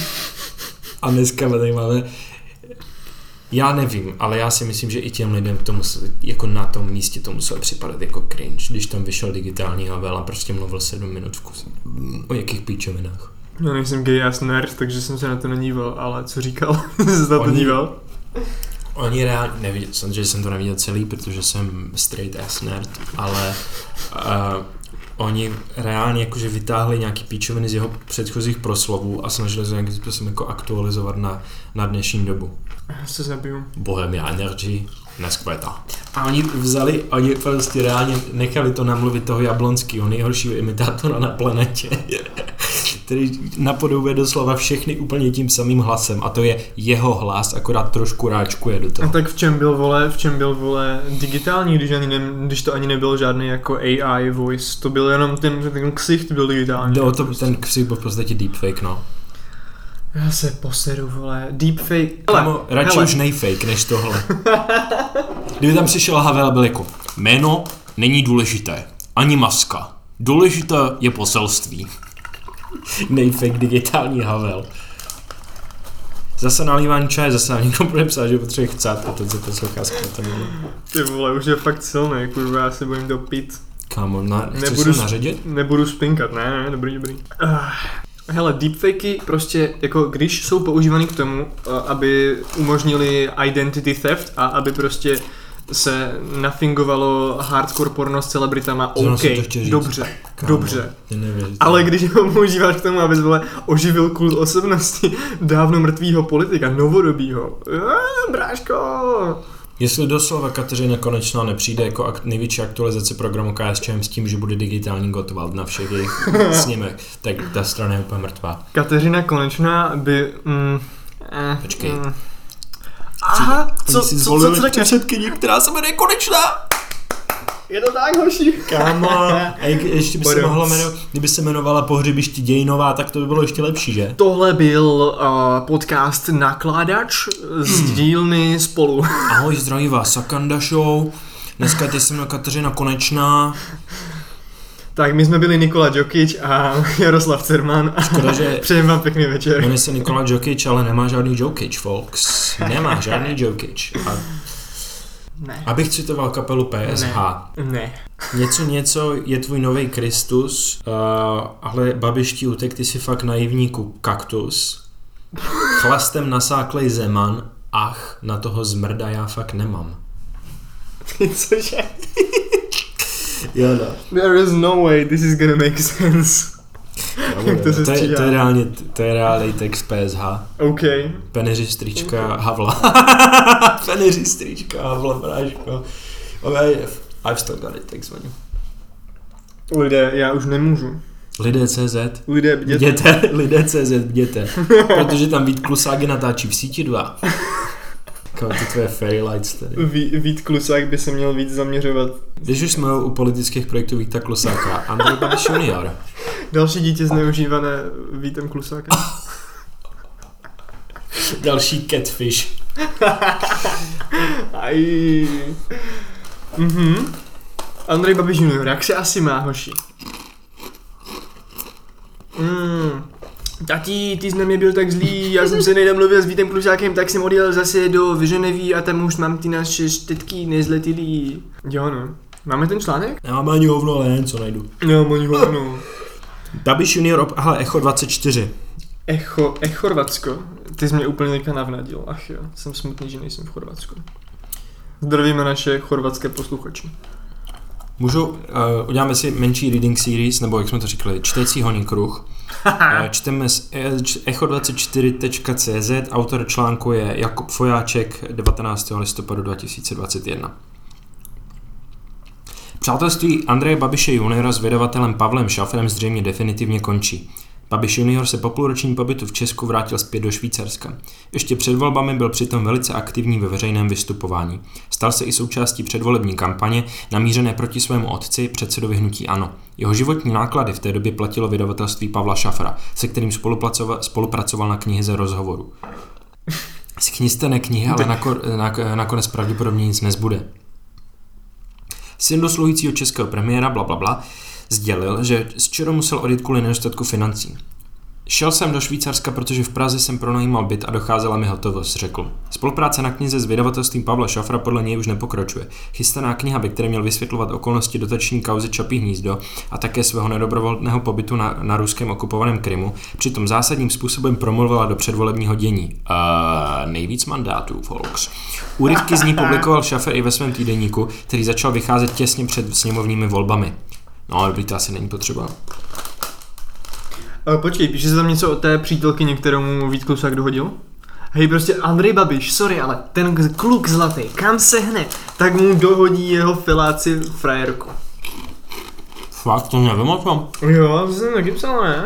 A dneska tady máme. Já nevím, ale já si myslím, že i těm lidem to museli, jako na tom místě to muselo připadat jako cringe, když tam vyšel digitální Havel a prostě mluvil sedm minut v kuse. O jakých píčovinách? Já nejsem gay ass nerd, takže jsem se na to nedíval, ale co říkal? Jsi se na to Oni- díval? Oni reálně, neviděl, samozřejmě jsem to neviděl celý, protože jsem straight ass nerd, ale uh, oni reálně jakože vytáhli nějaký píčoviny z jeho předchozích proslovů a snažili se nějakým způsobem jako aktualizovat na, na dnešní dobu. Já se zabiju. Bohemia Energy neskvětá. A oni vzali, oni prostě reálně nechali to namluvit toho Jablonského, nejhoršího imitátora na planetě, který napodobuje doslova všechny úplně tím samým hlasem a to je jeho hlas, akorát trošku ráčkuje do A toho. tak v čem byl vole, v čem byl vole digitální, když, ani ne, když to ani nebyl žádný jako A I voice, to byl jenom ten, ten ksicht byl digitální. No, to, ten ksik byl v podstatě deepfake, no. Já se poseru, vole, deepfake. Kamo, radši hele. už nejfake než tohle. Kdyby tam přišel Havel a byl jako jméno není důležité, ani maska. Důležité je poselství. Nejfake digitální Havel. Zase nalívání čaje, zase nám někdo bude psát, že potřebuje chcát a to, co poslouchá skvěle. Ty vole, už je fakt silný, kurva, já se bojím to pít. Kámo, na, chceš Nebudu, se naředit? nebudu spinkat, ne, ne, dobrý, dobrý. Uh, hele, deepfakey prostě, jako když jsou používaný k tomu, uh, aby umožnili identity theft a aby prostě se nafingovalo hardcore porno s celebritama, Zrovna OK, jsem to chtěl říct. dobře, Kámo, dobře. ty nevěříš. Ale když ho používáš k tomu, abys vole oživil kult osobnosti dávno mrtvýho politika, novodobýho, uh, bráško. Jestli doslova Kateřina Konečná nepřijde jako akt, největší aktualizace programu K S Č M s tím, že bude digitální Gottwald na všech jejich snímek, tak ta strana je úplně mrtvá. Kateřina Konečná by... Mm, eh, Počkej. Mm, aha, co, Oni si co, co, zvolili co, co řekneš? předsedkyni, která se jmenuje Konečná. Je to tak, hoši. Kámo, a jak, ještě by se Budou. mohla jmenovat, kdyby se jmenovala Pohřebiště Dějinová, tak to by bylo ještě lepší, že? Tohle byl uh, podcast Nakládač z dílny Spolu. Ahoj, zdraví vás, Sakanda Show. Dneska ty jsem Kateřina Konečná. Tak my jsme byli Nikola Djokic a Jaroslav Cerman a Škoda, že- přejem vám pěkný večer. Jmenuje se Nikola Djokic, ale nemá žádný Djokic, folks. Nemá žádný Djokic. A Ne. abych citoval kapelu P S H. Ne. Ne. Něco, něco je tvůj novej Kristus, uh, ale babiští utek, ty si fakt naivní ku- kaktus. Chlastem nasáklej zeman, ach, na toho zmrda já fakt nemám. Cože? Jo, no. There is no way this is gonna make sense. Jak to se to, je, střídá? to je reálně, to je reálný text P S H. OK. Peneři strička Havla. Peneři strička Havla, bráško. Okay, I've still got it, takzvaně. Lidé, já už nemůžu. Lidé C Z. Lidé, bděte. Bděte, lidé C Z, bděte. Protože tam Vít Klusáky natáčí v síti dva. Kámo, ty tvoje fairy lights tady. Ví, Vít Klusák by se měl víc zaměřovat. Když už jsme u politických projektů Víta Klusáka, Andrej Babiš junior. Další dítě zneužívané Vítem Klusákem. Další catfish. Aj. Mhm. Andrej Babiš junior, jak se asi má, hoši? Mm. Tati, ty jsi na mě byl tak zlý, já jsem se nedomluvil s Vítem Klusákem, tak jsem odjel zase do Ženevy a tam už mám ty naše štetky nezletilý. Jo no. Máme ten článek? Nemám ani hovno, ale jen co najdu. Jo, mojí hovno. Babiš junior, op- aha, Echo dvacet čtyři. Echo, Echorvatsko. Ty jsi mě úplně teďka navnadil, ach jo, jsem smutný, že nejsem v Chorvatsku. Zdravíme naše chorvatské posluchače. Můžu, uh, uděláme si menší reading series, nebo jak jsme to říkali, čtecí honí kruh. uh, čteme z echo dvacet čtyři tečka cé zet, autor článku je Jakub Fojáček, devatenáctého listopadu dva tisíce dvacet jedna. Přátelství Andreje Babiše juniora s vydavatelem Pavlem Šafrem zřejmě definitivně končí. Babiš junior se po půlročním pobytu v Česku vrátil zpět do Švýcarska. Ještě před volbami byl přitom velice aktivní ve veřejném vystupování. Stal se i součástí předvolební kampaně namířené proti svému otci, předsedovi hnutí ANO. Jeho životní náklady v té době platilo vydavatelství Pavla Šafra, se kterým spolupracoval na knize rozhovoru. Z knižné knihy ale nako- nak- nakonec pravděpodobně nic nezbude. Syn dosluhujícího českého premiéra blablabla bla, bla, sdělil, že z čeho musel odjet kvůli nedostatku financí. Šel jsem do Švýcarska, protože v Praze jsem pronajímal byt a docházela mi hotovost, řekl. Spolupráce na knize s vydavatelstvím Pavla Šafra podle něj už nepokračuje. Chystaná kniha, ve které měl vysvětlovat okolnosti dotační kauzy Čapí hnízdo a také svého nedobrovolného pobytu na, na ruském okupovaném Krymu, přitom zásadním způsobem promluvila do předvolebního dění. Uh, nejvíc mandátů, folks. Úryvky z ní publikoval Šafr i ve svém týdeníku, který začal vycházet těsně před sněmovními volbami. No, ale to asi není potřeba. Uh, počkej, píše se tam něco o té přítelkyni, kterou mu Vít Klusák dohodil? Hej, prostě Andrej Babiš, sorry, ale ten kluk zlatý, kam se hne, tak mu dohodí jeho filáci frajerku. Fakt, to nevím o tom. Jo, to jsem taky psal, ne?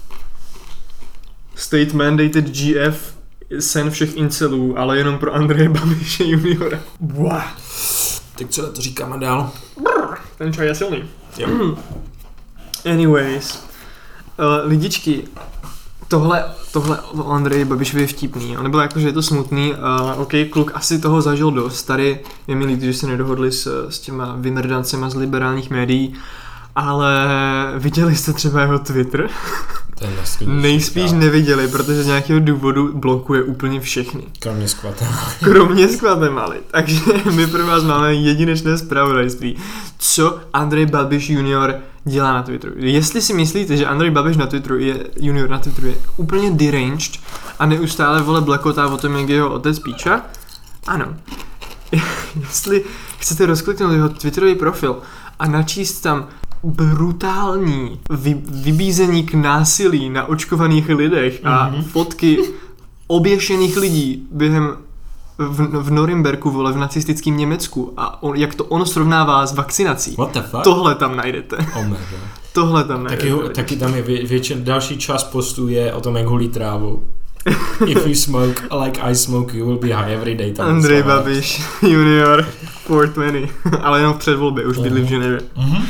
State mandated G F, sen všech incelů, ale jenom pro Andreje Babiše juniora. Buah. Tak co to říkáme dál? Ten čaj je silný. Jo. Anyways, uh, lidičky, tohle, tohle o Andreji Babišovi je vtipný. On nebyl jako, že je to smutný, uh, ok, kluk asi toho zažil dost. Tady je mi líto, že se nedohodli s, s těma vymrdancema z liberálních médií, ale viděli jste třeba jeho Twitter? Nejspíš neviděli, protože z nějakého důvodu blokuje úplně všechny. Kromě z Guatemaly. Kromě z Guatemaly. Takže my pro vás máme jedinečné zpravodajství. Co Andrej Babiš junior dělá na Twitteru. Jestli si myslíte, že Andrej Babiš na Twitteru je, junior na Twitteru je úplně deranged a neustále vole blakotá o tom, jak jeho otec píča, ano. Jestli chcete rozkliknout jeho Twitterový profil a načíst tam brutální vy, vybízení k násilí na očkovaných lidech a mm-hmm. fotky oběšených lidí během v, v Norimberku, vole, v nacistickém Německu a on, jak to on srovnává s vakcinací. What the fuck? Tohle tam najdete. Oh my God. Tohle tam najdete. Taky, taky tam je vě, většin, další část postů je o tom, jak hulí trávu. If you smoke like I smoke, you will be high every day. Andrej Babiš junior čtyři sta dvacet, ale jenom v předvolbě, už bydlí v Ženevě.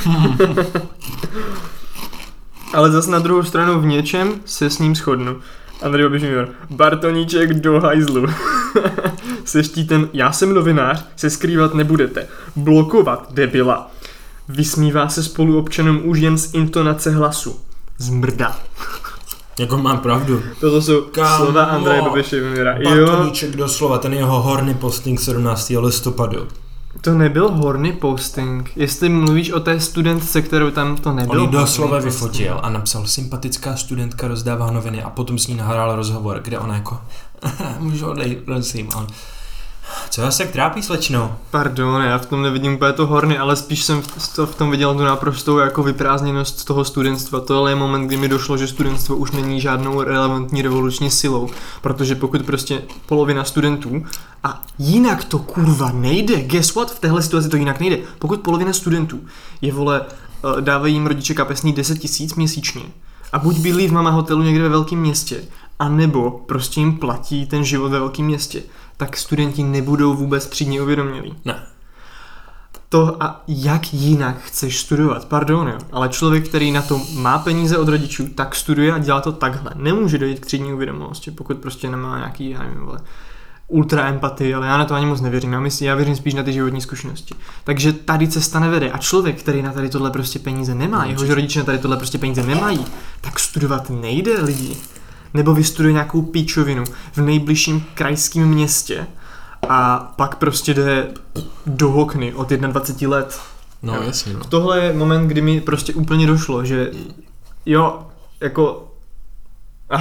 Ale zase na druhou stranu v něčem se s ním shodnu. Andrej Babiš junior Bartoníček do hajzlu. Se štítem já jsem novinář, se skrývat nebudete. Blokovat, debila. Vysmívá se spoluobčanům už jen z intonace hlasu. Zmrda. Jako mám pravdu. Toto jsou Kámo, slova Andreje Babiše juniora. Bartoníček doslova, ten jeho horny posting sedmnáctého listopadu. To nebyl horny posting. Jestli mluvíš o té studentce, kterou tam to nebylo. On doslova vyfotil a napsal sympatická studentka rozdává noviny a potom s ní nahrál rozhovor, kde ona jako můžu odejít, prosím. On, co vás tak trápí, slečno? Pardon, já v tom nevidím úplně to horny, ale spíš jsem v, v tom viděl tu naprostou jako vyprázdněnost toho studentstva. Tohle je moment, kdy mi došlo, že studentstvo už není žádnou relevantní revoluční silou, protože pokud prostě polovina studentů a jinak to kurva nejde, guess what, v téhle situaci to jinak nejde. Pokud polovina studentů je vole, dávají jim rodiče kapesný deset tisíc měsíčně a buď bydlí v mama hotelu někde ve velkém městě, anebo prostě jim platí ten život ve velkém městě, tak studenti nebudou vůbec třídně uvědomělí. Ne. To a jak jinak chceš studovat, pardon jo, ale člověk, který na to má peníze od rodičů, tak studuje a dělá to takhle. Nemůže dojít k třídní uvědomělosti, pokud prostě nemá nějaký, já nevím, vole, ultra empatii, ale já na to ani moc nevěřím, já, myslím, já věřím spíš na ty životní zkušenosti. Takže tady cesta nevede a člověk, který na tady tohle prostě peníze nemá, jehož rodiče na tady tohle prostě peníze nemají, tak studovat nejde lidi. Nebo vystuduje nějakou píčovinu v nejbližším krajském městě a pak prostě jde do Hokny od dvacet jedna let. No jasně. No. Tohle je moment, kdy mi prostě úplně došlo, že jo, jako ach,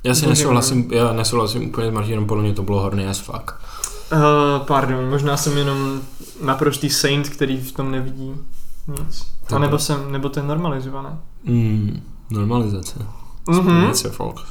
Já si nesouhlasím, já nesouhlasím úplně s Martinem, podle mě to bylo horný as fuck. Uh, pardon, možná jsem jenom naprostý saint, který v tom nevidí nic. A nebo jsem, nebo to je normalizované. Mm, normalizace. Mm-hmm. Folk.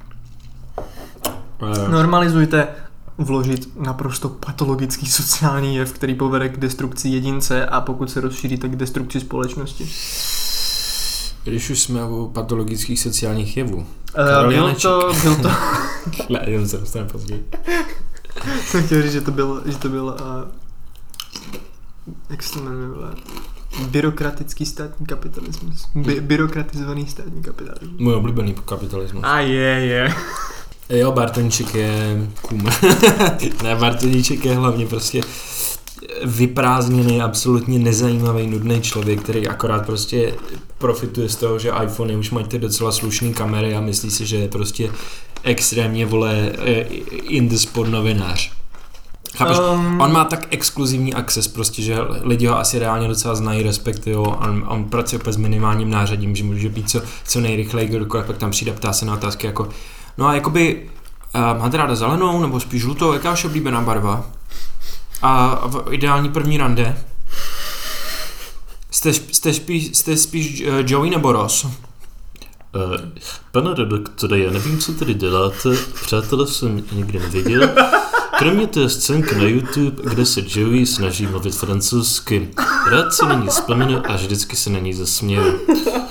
Normalizujte vložit naprosto patologický sociální jev, který povede k destrukci jedince a pokud se rozšíří, tak k destrukci společnosti. Když už jsme u patologických sociálních jevů. Uh, byl to, byl to... Ne, jen se dostane později. Jsem chtěl říct, že to byl, že to byl uh, jak se to jmenuje, byrokratický státní kapitalismus. By, byrokratizovaný státní kapitalismus. Můj oblíbený kapitalismus. A je, je. Jo, Bartoníček je kum. Ne, Bartoníček je hlavně prostě vyprázdněný, absolutně nezajímavý, nudný člověk, který akorát prostě profituje z toho, že iPhony už mají ty docela slušný kamery a myslí si, že je prostě extrémně, vole, in the spot novinář. Chápeš? Um, on má tak exkluzivní access prostě, že lidi ho asi reálně docela znají, respektují, on, on pracuje s minimálním nářadím, že může být co, co nejrychleji, kdokoliv pak tam přijde, ptá se na otázky jako no a jakoby, uh, máte ráda zelenou nebo spíš žlutou, jaká je oblíbená barva? A v ideální první rande? Jste, jste, spíš, jste spíš uh, Joey nebo Ross? Uh, pane redaktore, já nevím, co tady děláte, přátelé jsem nikdy neviděl. Kromě té scénky na YouTube, kde se Joey snaží mluvit francouzsky. Rád si na ní vzpomenu a vždycky se na ní zasměju.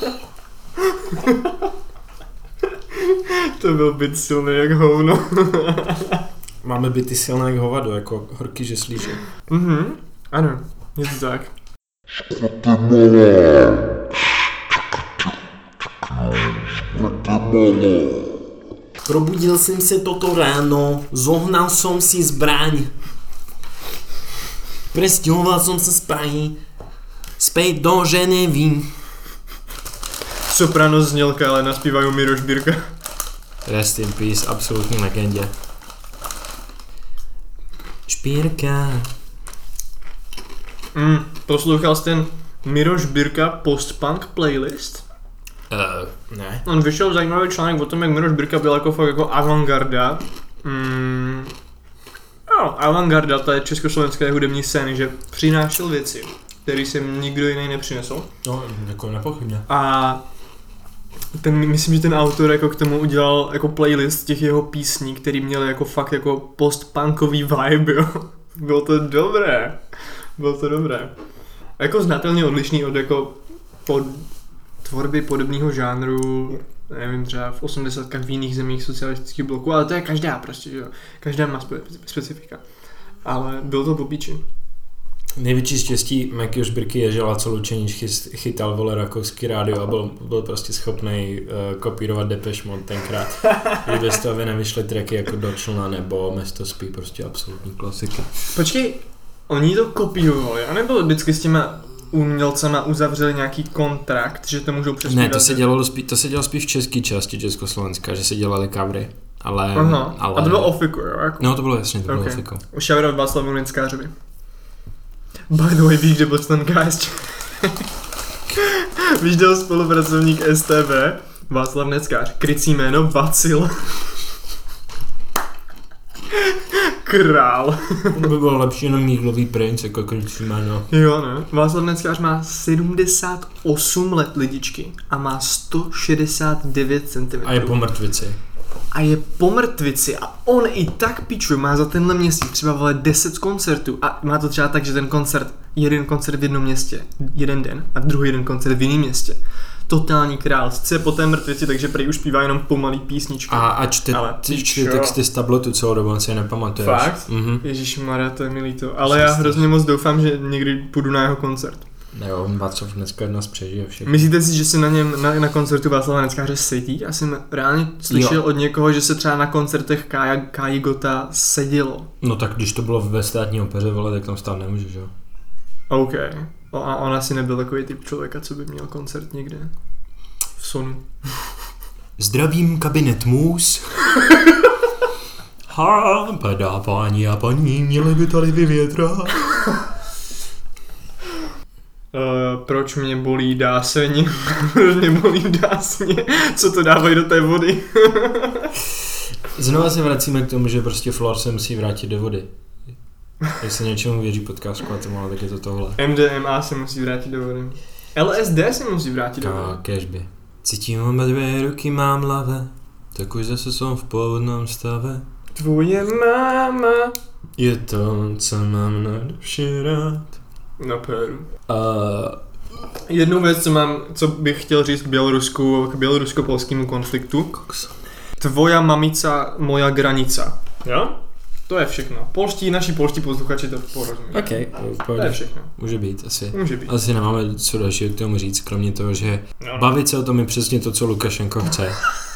To byl byt silný jak hovno. Máme byty silné jak hovado, jako horký žeslíže. Mhm, ano, je to tak. Probudil jsem se toto ráno, zohnal jsem si zbraň. Prestěhoval jsem se z Prahy zpět do Ženevy. Soprano znělka, ale naspívají Miroš Birka. Rest in peace, absolutní legendě. Špírka. Mm, poslouchal jsi ten Miroš Birka post-punk playlist? Uh, ne. On vyšel zajímavý článek o tom, jak Miroš Birka byl jako fakt jako avantgarda. Mm, no, avantgarda, to je československé hudební scény, že přinášel věci, které jsem nikdo jiný nepřinesl. No, jako nepochybně. A ten, myslím, že ten autor jako k tomu udělal jako playlist těch jeho písní, který měl jako fakt jako post-punkový vibe, jo. Bylo to dobré. Bylo to dobré. Jako znatelně odlišný od jako pod tvorby podobného žánru, nevím, třeba v osmdesátkách v jiných zemích socialistických bloků, ale to je každá prostě, jo. Každá má spe- specifika. Ale bylo to po píči. Největší štěstí Makyho Birky je, že Laco Lučenič chytal, vole, rakouský rádio a byl, byl prostě schopný uh, kopírovat Depeche Mode tenkrát. I bez toho nevyšly tracky jako Dočlna nebo Mesto spí, prostě absolutní klasiky. Počkej, oni to kopírovali, anebo vždycky s těma umělcema uzavřeli nějaký kontrakt, že to můžou přespívat? Ne, to se dělalo spíš, to se dělalo spíš v české části Československa, že se dělali covery. Ale, Aha, ale... a to bylo ofiku, jo? Jako... No to bylo jasně, to okay. bylo ofiku. Shoutout Václavu Linskářovi. By the way, víš, kde Boston Guys? Víš, kde spolupracovník S T V? Václav Neckář. Krycí jméno Vacil. Král. To by bylo lepší jenom Míchlový princ, jako krycí jméno. Jo, ne? Václav Neckář má sedmdesát osm let, lidičky, a má sto šedesát devět centimetrů. A je po mrtvici. A je po mrtvici a on i tak piču má za tenhle měsíc třeba vole deset koncertů a má to třeba tak, že ten koncert, jeden koncert v jednom městě, jeden den a druhý jeden koncert v jiném městě. Totální král, sice po té mrtvici, takže prý už zpívá jenom pomalý písničky. A, a čte, ty, čte texty z tabletu celou dobu, on si je nepamatuješ. Fakt? Mhm. Ježišmarja, to je milý to. Ale já hrozně moc doufám, že někdy půjdu na jeho koncert. Jo, on Václav dneska nás přežije všechno. Myslíte si, že se na něm na, na koncertu Václava Neckáře sedí? Já jsem reálně slyšel jo. od někoho, že se třeba na koncertech Kája, Káji Gota sedělo. No tak když to bylo ve státní opeře, vole, tak tam stát nemůžeš, jo? OK. A on asi nebyl takový typ člověka, co by měl koncert někde. V Sonu. Zdravím, kabinet Můz. Ha, padá páni a paní, měli by tady vyvětrat. Uh, proč mě bolí dáseň, proč mě bolí dásně, co to dávají do té vody. Znovu se vracíme k tomu, že prostě fluor se musí vrátit do vody. Jestli něčemu věří podcast Guatemala, tak je to tohle. M D M A se musí vrátit do vody. L S D se musí vrátit do vody. Kéžby. Cítím oba dvě ruky, mám lavé, tak už zase jsem v původnom stave. Tvoje máma. Je to, co mám najlepší rád. No peru. Uh, Jednu věc, co mám, co bych chtěl říct k Bělorusku, k bělorusko-polskému konfliktu. Tvoja mamica, moja granica. Jo? To je všechno. Polští, naši polští posluchači to porozumí. OK, to je všechno. Může být, asi. Může být. Asi nemáme co dalšího k tomu říct, kromě toho, že no. Bavit se o tom je přesně to, co Lukašenko chce.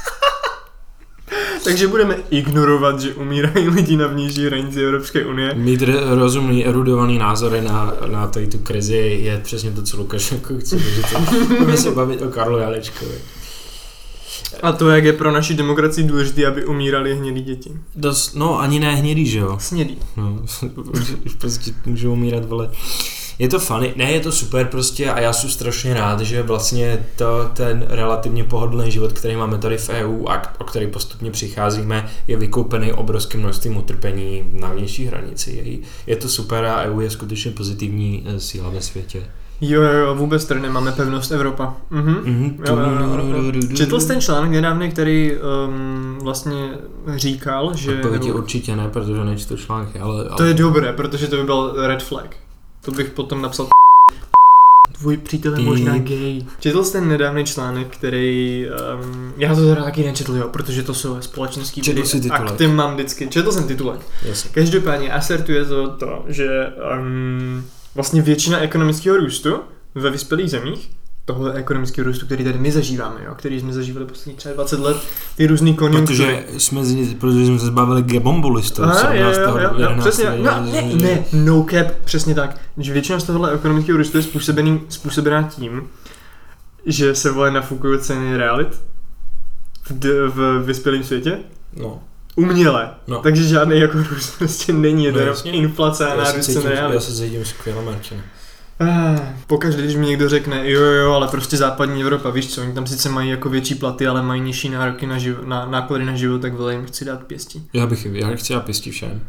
Takže budeme ignorovat, že umírají lidi na vnější hranici Evropské unie. Mít rozumný, erudovaný názory na, na tady tu krizi je přesně to, co Lukašenko chce. Takže to budeme se bavit o Karlu Janečkovi. A to, jak je pro naši demokracii důležité, aby umírali hnědý děti. Dost, no, ani ne hnědý, že jo? Snědý. No, už prostě můžou umírat, vole. Je to funny, ne, je to super prostě a já jsem strašně rád, že vlastně to, ten relativně pohodlný život, který máme tady v E U a o který postupně přicházíme, je vykoupený obrovským množstvím utrpení na vnější hranici. Je, je to super a E U je skutečně pozitivní síla ve světě. Jo, jo, jo, vůbec tady nemáme pevnost Evropa. Mhm. Mm-hmm. Jo, jo, jo. Četl jsi ten článek nedávný, který um, vlastně říkal, že... Odpověď určitě ne, protože nečtu články, ale, ale... To je dobré, protože to by byl red flag. To bych potom napsal tvůj přítel je možná gay. Četl jsi ten nedávný článek, který... Um, já to teda taky nečetl, jo, protože to jsou společenský Četl jsi titulek. A k tím mám vždycky. Četl jsem titulek. Jasně. Každopádně asertuje to, to že um, vlastně většina ekonomického růstu ve vyspělých zemích, tohle ekonomického růstu, který tady my zažíváme, jo, který jsme zažívali posledních třeba dvacet let, ty různý konjunktury. Protože jsme, protože jsme se zbavili G-bombolistů. Přesně, no, ne, ne, no cap, přesně tak. Že většina z tohohle ekonomického růstu je způsobený, způsobená tím, že se vole nafukují ceny realit v, d- v vyspělém světě. No. Uměle. No. Takže žádný jako růst prostě není, je to no, inflace a nárůst cen realit. Já se cítím skvěle, Martin. Ah, pokaždé, když mi někdo řekne, jo jo, ale prostě západní Evropa, víš co, oni tam sice mají jako větší platy, ale mají nižší nároky na, živ- na náklady na život, tak vole, jim chci dát pěstí. Já bych, já chci dát pěstí všem.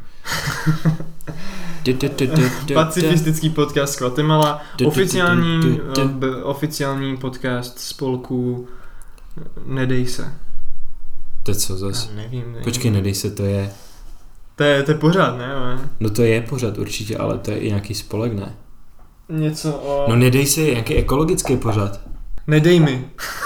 Pacifistický podcast Guatemala, oficiální, oficiální podcast spolku Nedej se. To je co zas? Já nevím, nevím. Počkej, Nedej se, to je... To je, to je pořád, ne? Ale... No to je pořád určitě, ale to je i nějaký spolek, ne? Něco o... No Nedej se, nějaký ekologický pořád. Nedej mi.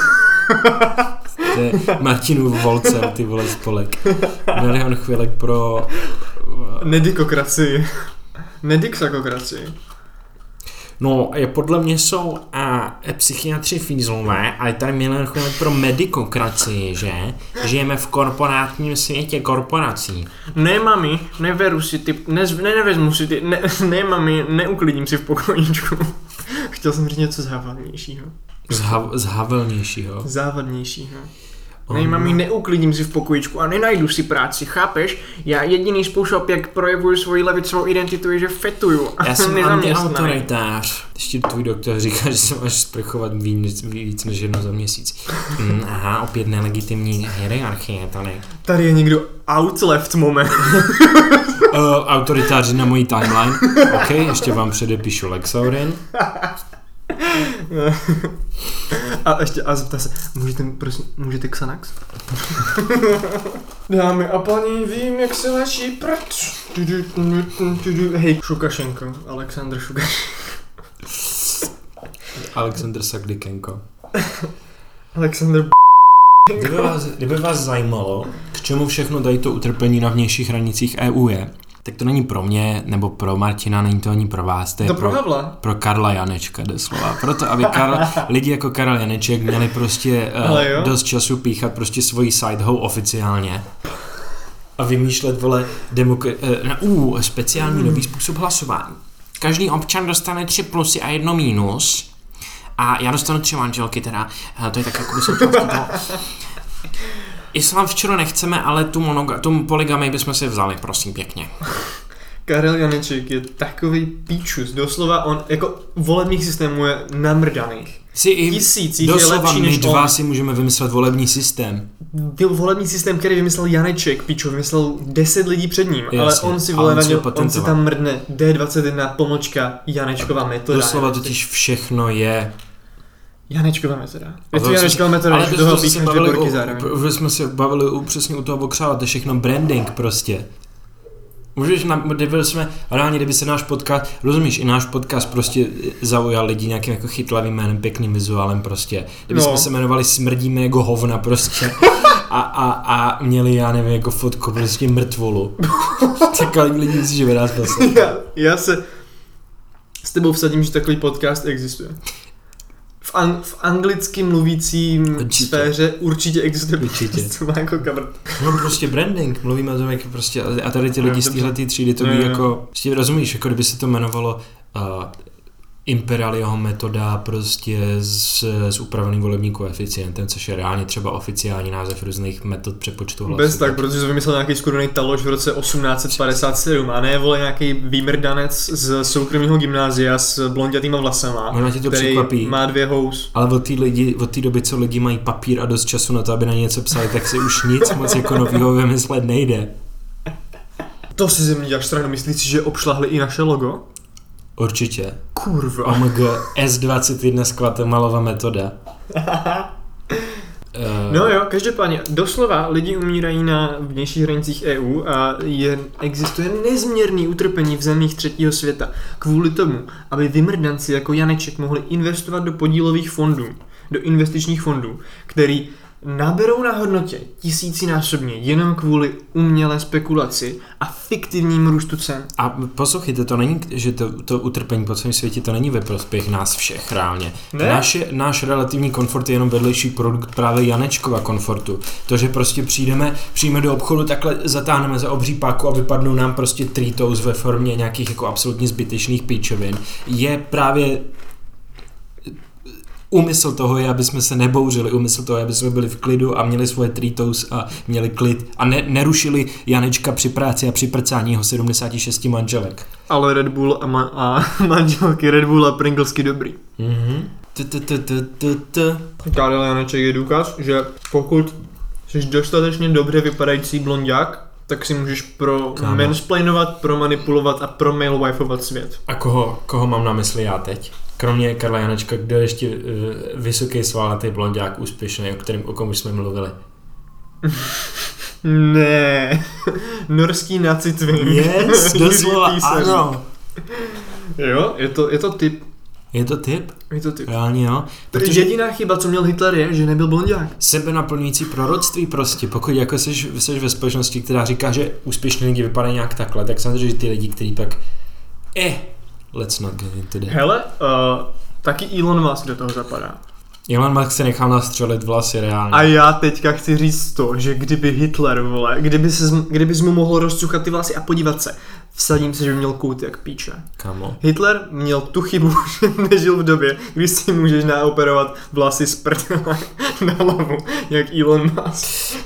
To je Martinův Volcer, ty vole spolek. Milion chvílek pro... Nedikokracii. Nedixakokracii. No, je, podle mě jsou a, psychiatři fízlové a je tady milion chvílek pro medikokracii, že? Žijeme v korporátním světě korporací. Ne, mami, neveru si ty, ne, ne nevezmu si ty, ne, ne, mami, neuklidím si v pokojíčku. Chtěl jsem říct něco závadnějšího. Zhav, zhavelnějšího. Závadnějšího. Ne, mami, neuklidím si v pokojíčku a nenajdu si práci, chápeš? Já jediný způsob, jak projevuju svoji levicovou identitu, je, že fetuju. Já jsem antiautoritář. Ještě tvůj doktor říká, že se máš sprchovat víc, víc než jedno za měsíc. Mm, aha, opět nelegitimní hierarchie tady. Tady je někdo out left moment. uh, autoritáři na mojí timeline. OK, ještě vám předepíšu Lexaurin. A ještě, a zeptá se, můžete, prosím, můžete Xanax? Dámy a paní, vím, jak se léčí prd. Hej, Šukašenko, Aleksandr Šukašenko. Aleksandr Sakdikenko. Aleksandr b***. Kdyby vás, kdyby vás zajímalo, k čemu všechno tady to utrpení na vnějších hranicích E U je, tak to není pro mě, nebo pro Martina, není to ani pro vás, to je to pro, pro, pro Karla Janečka doslova. Proto, aby Karl, lidi jako Karel Janeček měli prostě uh, dost času píchat prostě svoji side hoe oficiálně a vymýšlet, vole, demok- uh, uh, speciální nový způsob hlasování. Každý občan dostane tři plusy a jedno mínus a já dostanu tři manželky teda, uh, to je tak jako součástí toho. Islám včera nechceme, ale tu, monoga- tu poligamy bychom si vzali, prosím pěkně. Karel Janeček je takový píčus, doslova on, jako volebních systémů je namrdaných. Si i Tisíc jich je doslova lepší my než dva on. si můžeme vymyslet volební systém. Byl volební systém, který vymyslel Janeček, píčo, vymyslel deset lidí před ním, Jasně, ale on si a vole on si naděl, ho on si patentoval. tam mrdne D dvacet jedna pomlčka Janečková metoda. Doslova totiž všechno je. Janečková metoda. Je A to to Janečková jsme- metoda, ale že to toho jsme se píchneš do bavili borky o- zároveň. Už jsme se bavili u, přesně u toho Boxála, to je všechno branding prostě. Můžeš, na, kdyby jsme, reálně, kdyby se náš podcast, rozumíš, i náš podcast prostě zaujal lidi nějakým jako chytlavým jménem, pěkným vizuálem prostě. Kdyby No. jsme se jmenovali Smrdíme jako hovna prostě a, a, a měli, já nevím, jako fotku prostě mrtvolu. Tak lidi myslí, že by nás poslali. já, já se s tebou vsadím, že takový podcast existuje. V, ang- v anglicky mluvícím Určitě. sféře určitě existuje Určitě. podcast, co má jako cover. No prostě branding, mluvíme o tom, jak prostě, a tady ty lidi z dobře. téhletý třídy to Jo, by jo. jako, prostě rozumíš, jako kdyby se to jmenovalo uh, Imperialioho metoda prostě s, s upraveným volebním koeficientem, což je reálně třeba oficiální název různých metod přepočtu hlasů. Bez tak, protože to vymyslel nějaký skurvený taloš v roce osmnáct padesát sedm a ne vole nějaký výmrdanec z soukromého gymnázia s blondětýma vlasama, Možná ti to který překvapí. má dvě hous. Ale od té lidi, od té doby, co lidi mají papír a dost času na to, aby na něco psali, tak si už nic moc jako novýho vymyslet nejde. To si ze mě děláš stranu, myslíš si, že obšlahli i naše logo? Určitě. Kurva. O M G S dvacet jedna z Guatemalova metoda. Uh, No jo, každopádně, doslova lidi umírají na vnějších hranicích E U a je, existuje nezměrný utrpení v zemích třetího světa kvůli tomu, aby vymrdanci jako Janeček mohli investovat do podílových fondů, do investičních fondů, který naberou na hodnotě tisícinásobně jenom kvůli umělé spekulaci a fiktivním růstu cen. A poslouchejte, to není, že to, to utrpení po celém světě, to není ve prospěch nás všech reálně. Ne? Náš, náš relativní komfort je jenom vedlejší produkt právě Janečkova komfortu. To, že prostě přijdeme, přijdeme do obchodu, takhle zatáhneme za obří páku a vypadnou nám prostě Tritos ve formě nějakých jako absolutně zbytečných píčovin, je právě úmysl toho je, aby jsme se nebouřili, úmysl toho je, aby jsme byli v klidu a měli svoje Tritos a měli klid a ne, nerušili Janečka při práci a při prcání jeho sedmdesáti šesti manželek. Ale Red Bull a, ma- a manželky Red Bull a Pringlesky dobrý. Mhm. Karel Janeček je důkaz, že pokud jsi dostatečně dobře vypadající blonďák, tak si můžeš pro Kámo. mansplainovat, promanipulovat a promailwifeovat svět. A koho, koho mám na mysli já teď? Kromě Karla Janečka, kdo je ještě uh, vysoký svalnatý blonďák úspěšný, o kterém o kom už jsme mluvili? Ne, norský nacitvin. Yes, doslova Písař. ano. Jo, je to, je to typ. Je to typ? Je to typ. Reálně jo. Protože Protože jediná chyba, co měl Hitler, je, že nebyl blonďák. sebenaplňující proroctví prostě, pokud jako seš, seš ve společnosti, která říká, že úspěšní lidi vypadají nějak takhle, tak samozřejmě, že ty lidi, kteří pak eh, let's not get into that. Hele, uh, taky Elon Musk do toho zapadá. Elon Musk se nechal nastřelit vlasy reálně. A já teďka chci říct to, že kdyby Hitler, vole, kdyby se, kdyby mu mohl rozcuchat ty vlasy a podívat se, vsadím se, že by měl kout jak píče. Kamo. Hitler měl tu chybu, že nežil v době, kdy si můžeš naoperovat vlasy z prdele na hlavu, jak Elon Musk.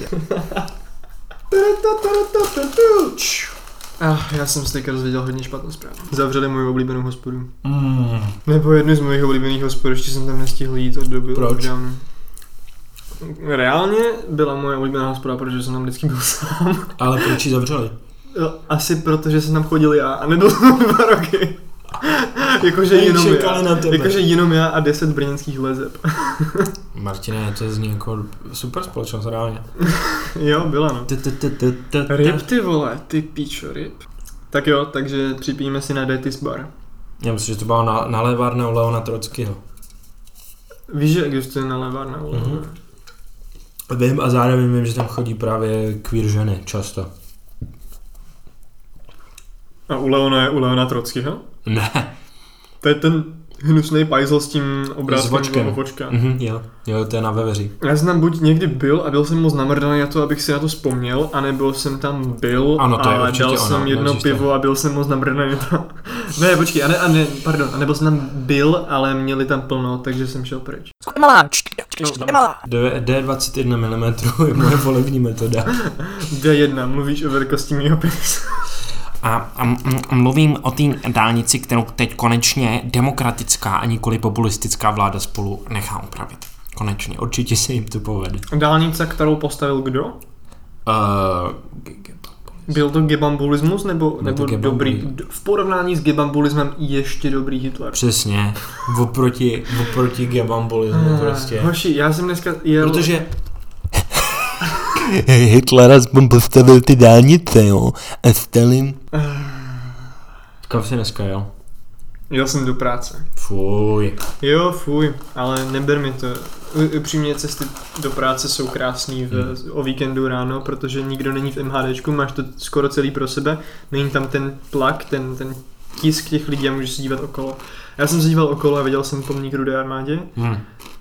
Ah, já jsem se teďka dozvěděl hodně špatnou zprávu. Zavřeli moji oblíbenou hospodu. Mm. Nebo jednu z mojich oblíbených hospod, ještě jsem tam nestihl jít od doby Proč? lockdownu. Reálně byla moje oblíbená hospoda, protože jsem tam vždycky byl sám. Ale proč ji zavřeli? Jo, asi protože jsem tam chodil já a nebyl jsem dva roky. Jakože jenom Čekali já. na tebe. Jakože jenom já a deset brněnských lezeb. Martine, to zní jako super společnost reálně. Jo, byla no. Ryb ty vole, ty píčo, ryb. Tak jo, takže připijeme si na Detis bar. Já myslím, že to byla na, na lévárna u Leona Trockýho. Víš, že existuje na levárna u Leona? Mhm. Vím a zároveň vím, že tam chodí právě queer ženy často. A u Leona je u Leona Trockýho? Ne. To je ten hnusný pajzl s tím S obrázkem vočkem. toho vočka. Mhm, jo. Jo, to je na Veveří. Já jsem tam buď někdy byl a byl jsem moc namrdaný na to, abych si na to vzpomněl, anebo jsem tam byl Ano, to je a určitě dal ono, jsem jedno neexistuje. pivo a byl jsem moc namrdaný na to. Ne, počkej, a ne, a ne, pardon, a nebo jsem tam byl, ale měli tam plno, takže jsem šel pryč. Malá, malá. D dvacet jedna milimetrů je moje volební metoda. D jedna, mluvíš o velikosti mýho penisu. A, a, a mluvím o té dálnici, kterou teď konečně demokratická a nikoli populistická vláda Spolu nechá upravit. Konečně, určitě se jim to povede. Dálnice, kterou postavil kdo? Uh, Byl to gebambulismus nebo, to nebo gebambulismus. dobrý, v porovnání s gebambulismem ještě dobrý Hitler? Přesně, oproti, oproti gebambulismu prostě. Hoši, já jsem dneska jel... Protože Hitler aspoň postavil ty dálnice, jo, a Stalin... kam jsi dneska jel? Jel jsem do práce. Fuj. Jo, fuj, ale neber mi to. U- Upřímně cesty do práce jsou krásný v, Hmm. o víkendu ráno, protože nikdo není v MHDčku, máš to skoro celý pro sebe, není tam ten tlak, ten, ten tisk těch lidí a můžeš se dívat okolo. Já jsem se díval okolo a viděl jsem pomník Rudé armádě. Hmm. Uh,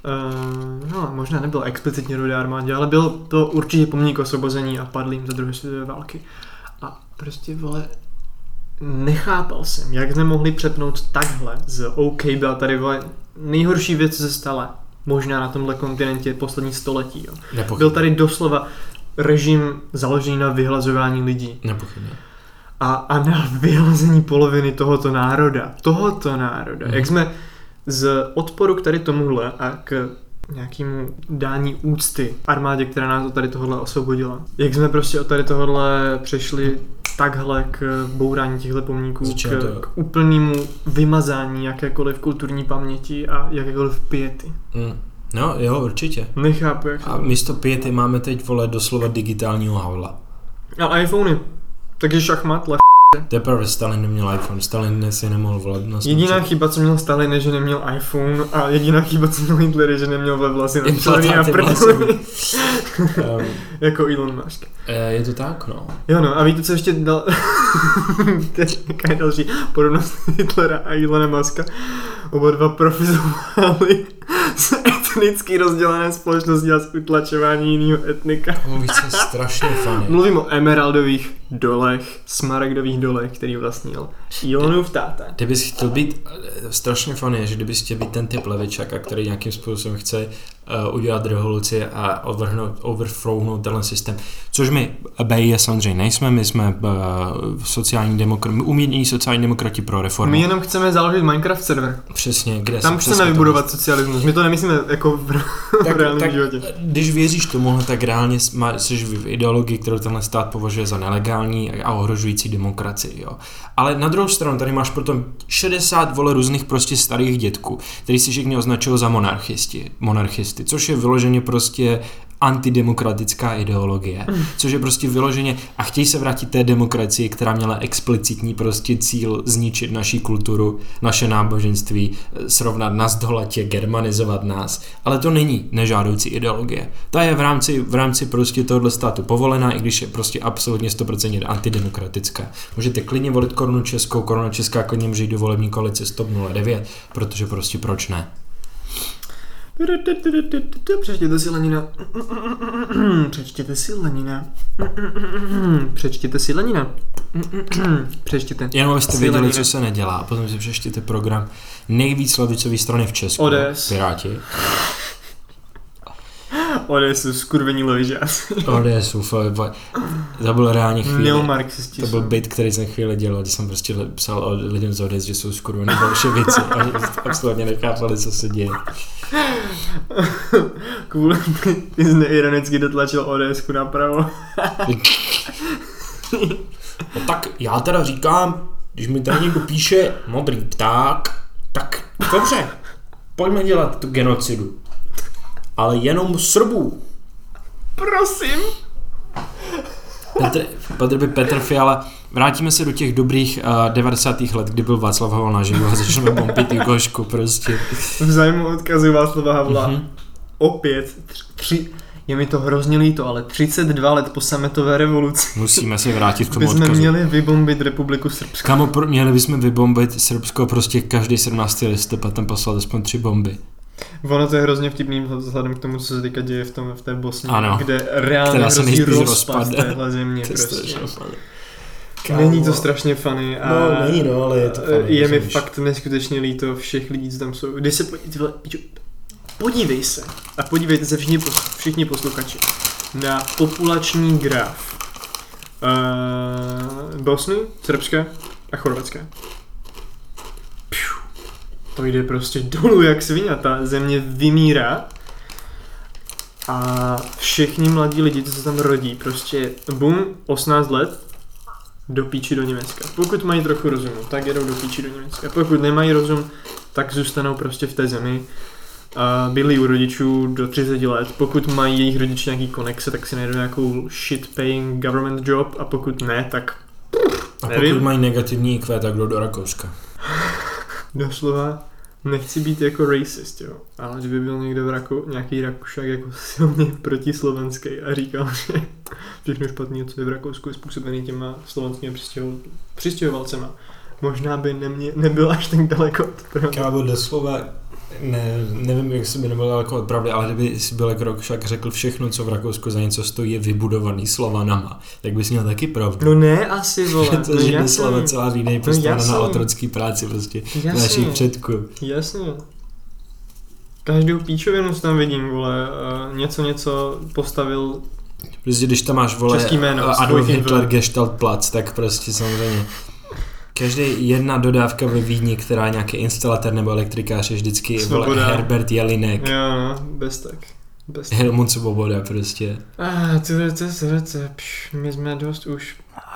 no, možná nebyl explicitně Rudé armádě, ale byl to určitě pomník osvobození a padlým za druhé světové války. A prostě, vole, nechápal jsem, jak jsme mohli přepnout takhle z OK, byla tady, vole, nejhorší věc, co se stala možná na tomhle kontinentě poslední století. Jo. Nepochybně. Byl tady doslova režim založený na vyhlazování lidí Nepochybně. a, a na vyhlazení poloviny tohoto národa. Tohoto národa. Mhm. Jak jsme z odporu k tady tomuhle a k nějakému dání úcty armádě, která nás od tady tohohle osvobodila. Jak jsme prostě od tady tohohle přešli takhle k bourání těchto pomníků, Začalo k, to- k úplnému vymazání jakékoliv kulturní paměti a jakékoliv piety. Hmm. No jo, určitě. Nechápu, jak A místo piety máme teď, vole, doslova digitálního havla. A iPhony. Takže šachmat, le... Teprve Stalin neměl iPhone, Stalin si nemohl volat na Jediná Snapchat. chyba, co měl Stalin, je, že neměl iPhone a jediná chyba, co měl Hitler, je, že neměl ve vlasy napřelený a Implantáty prdeli. Um, Jako Elon Musk. eh, je to tak, no. Jo no, a víte, co ještě dal... Teď jaká je další podobnost Hitlera a Elona Muska? Oba dva profizovali z etnicky rozdělené společnosti a z utlačování jiného etnika. Mluvíš se strašně funny. Mluvím o emeraldových dolech, smaragdových dolech, který vlastnil Elonův táta. Kdybys chtěl být eh, strašně funny, že kdybys chtěl být ten typ levičaka, který nějakým způsobem chce uh, udělat revoluci a overhnout, overthrownout tenhle systém, což my B I S samozřejmě nejsme, my jsme uh, sociální demokrati, umírnění sociální demokrati pro reformu. My jenom chceme založit Minecraft server. Přesně, kde Tam se chceme přesně vybudovat to- socialismus. My to nemyslíme jako v, v tak, reálném tak, životě. když věříš tomuhle, tak reálně má- jsi v ideologii, kterou tenhle stát považuje za nelegální a ohrožující demokracii. Jo. Ale na druhou stranu tady máš potom šedesát vole různých prostě starých dětků, který si všichni označují za monarchisti, monarchisty, což je vyloženě prostě antidemokratická ideologie, což je prostě vyloženě a chtějí se vrátit té demokracii, která měla explicitní prostě cíl zničit naší kulturu, naše náboženství, srovnat nás dolatě, germanizovat nás, ale to není nežádoucí ideologie. Ta je v rámci, v rámci prostě tohoto státu povolená, i když je prostě absolutně sto procent antidemokratická. Můžete klidně volit Korunu Českou, Koruna Česká klidně může jít do volební koalice S T O P nula devět, protože prostě proč ne? Přečtěte si Lenina. Přečtěte si Lenina. Přečtěte si Lenina. Přečtěte. Jenom abyste si věděli, Lenina. co se nedělá. A potom si přečtěte program nejvíc levicové strany v Česku. O D S. Piráti. O D S jsou skurvení levižáci. O D S, ufo, to byl reálně chvíli. Neomarxisti To byl jsou. byt, který jsem chvíli dělal, když jsem prostě psal o lidem z O D S, že jsou skurvený bolševici. Oni absolutně nechápali, co se děje. Kvůli ty jsi neironicky dotlačil ODSku napravo. No tak já teda říkám, když mi tady někdo píše modrý pták, tak dobře, pojďme dělat tu genocidu. Ale jenom Srbů. Prosím. Petr, Petr by Petr Fiala, vrátíme se do těch dobrých uh, devadesátých let, kdy byl Václav Havel naživu a začneme bombit Jugošku prostě. V zájmu odkazu Václava Havla. Mhm. Mm-hmm. Opět tři, tři, je mi to hrozně líto, ale třicet dva let po sametové revoluci Musíme se vrátit k tomu bychom odkazu. měli vybombit Republiku Srbsko. Kamo, pro, měli bychom vybombit Srbsko prostě každý sedmnáctého listopad, tam poslat aspoň tři bomby. Ono to je hrozně vtipný vzhledem k tomu, co se teďka děje v, tom, v té Bosně, Ano. kde reálně Která se hrozí nejspíš rozpad rozpadne. téhle země. To je Prostě. strašně funny. Není to strašně funny. A No, není no, ale je to funny, Je mi rozumíš. fakt neskutečně líto všech lidí, co tam jsou. Když se podívej, piču, podívej se a podívejte se všichni, pos- všichni posluchači na populační graf Uh, Bosny, Srbska a Chorvatska. Piu. To jde prostě dolů jak svině, ta země vymírá. A všichni mladí lidi, co se tam rodí, prostě bum, osmnáct let, do píči do Německa. Pokud mají trochu rozumu, tak jedou do píči do Německa. Pokud nemají rozum, tak zůstanou prostě v té zemi. A bydlí u rodičů do třicet let. Pokud mají jejich rodiče nějaký konexe, tak si najdou nějakou shit paying government job a pokud ne, tak A nevím. pokud mají negativní í kvé, tak jdou do Rakouska. Doslova nechci být jako racist, jo, ale kdyby byl někdo v Raku, nějaký Rakušák jako silně protislovenský a říkal, že všechno špatný, co je v Rakousku, je způsobený těma slovenskými přistěhovalcema. Možná by nemě, nebyl až tak daleko od pravdy. Kámo, doslova, ne, nevím, jak se by nebyl daleko od pravdy, ale kdyby si byl jako Rakoušák řekl všechno, co v Rakousku za něco stojí, je vybudovaný Slovanama, tak bys měl taky pravdu. No ne, asi, vole. to, no že jasně. Slava celá výdej postavena jasně. na otrocký práci prostě Jasně. našich předků. Jasně. Každou píčovinu tam vidím, vole, uh, něco, něco postavil. Prostě když tam máš, vole, Český jméno, Adolf dvojitým Hitler V. Gestaltplatz, tak prostě samozřejmě každý jedna dodávka ve Vídni, která je nějaký instalatér nebo elektrikář, je vždycky, vole, Svoboda. Herbert Jelinek, Jo, no, bez tak. Bez tak. Helmut Svoboda prostě. Ah, ty to, to, to, pš, my jsme dost už.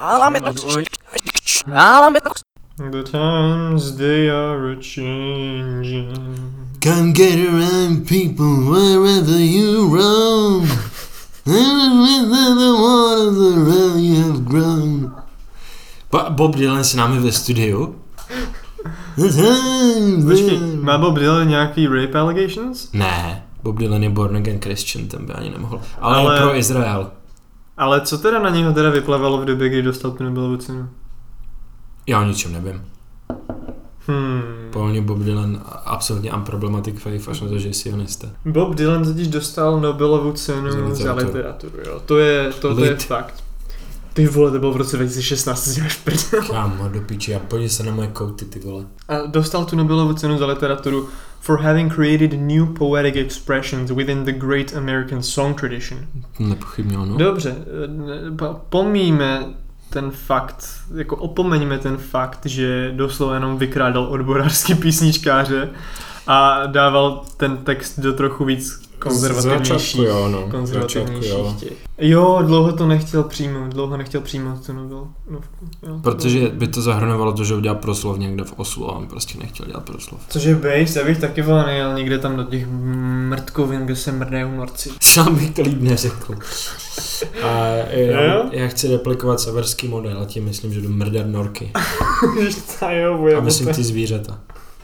The times they are a-changing. Come get around, people, wherever you roam. Wherever the waters around you have grown. Ba- Bob Dylan s námi ve studiu. The times Počkej, they- má Bob Dylan nějaký rape allegations? Ne, Bob Dylan je born again Christian, ten by ani nemohl. Ale, Ale- je pro Izrael. Ale co teda na něho teda vyplavalo v době, kdy dostal tu Nobelovu cenu? Já o ničem nevím. Hmm. Polně Bob Dylan absolutně unproblematic faith, až na to, že je sionista. Bob Dylan totiž dostal Nobelovu cenu Za za literaturu. literaturu, jo. To je, to, to je Lit. fakt. Ty vole, to bylo v roce dva tisíce šestnáct, si děláš prdel. Kámo, do piči, a podívej se na moje kouty, ty vole. A dostal tu Nobelovu cenu za literaturu for having created new poetic expressions within the great American song tradition. Nepochybně ono. Dobře, eh, po- pomíjme ten fakt, jako opomeňme ten fakt, že doslova jenom vykrádal odborářský písničkáře a dával ten text do trochu víc konzervativnějších, Začátku jo, no. Začátku konzervativnějších jo. těch. Jo, dlouho to nechtěl přijmout, dlouho nechtěl přijmout to Nobel. No, jo, Protože by to zahrnovalo to, že udělal proslov někde v Oslu a on prostě nechtěl dělat proslov. Což je base, já bych taky vole nejel někde tam do těch mrtkovin, kde se mrdají norci. Sám bych to líp neřekl. A já, Jo? já chci replikovat severský model a tím myslím, že jdu mrdat norky. jo, A myslím ty zvířata.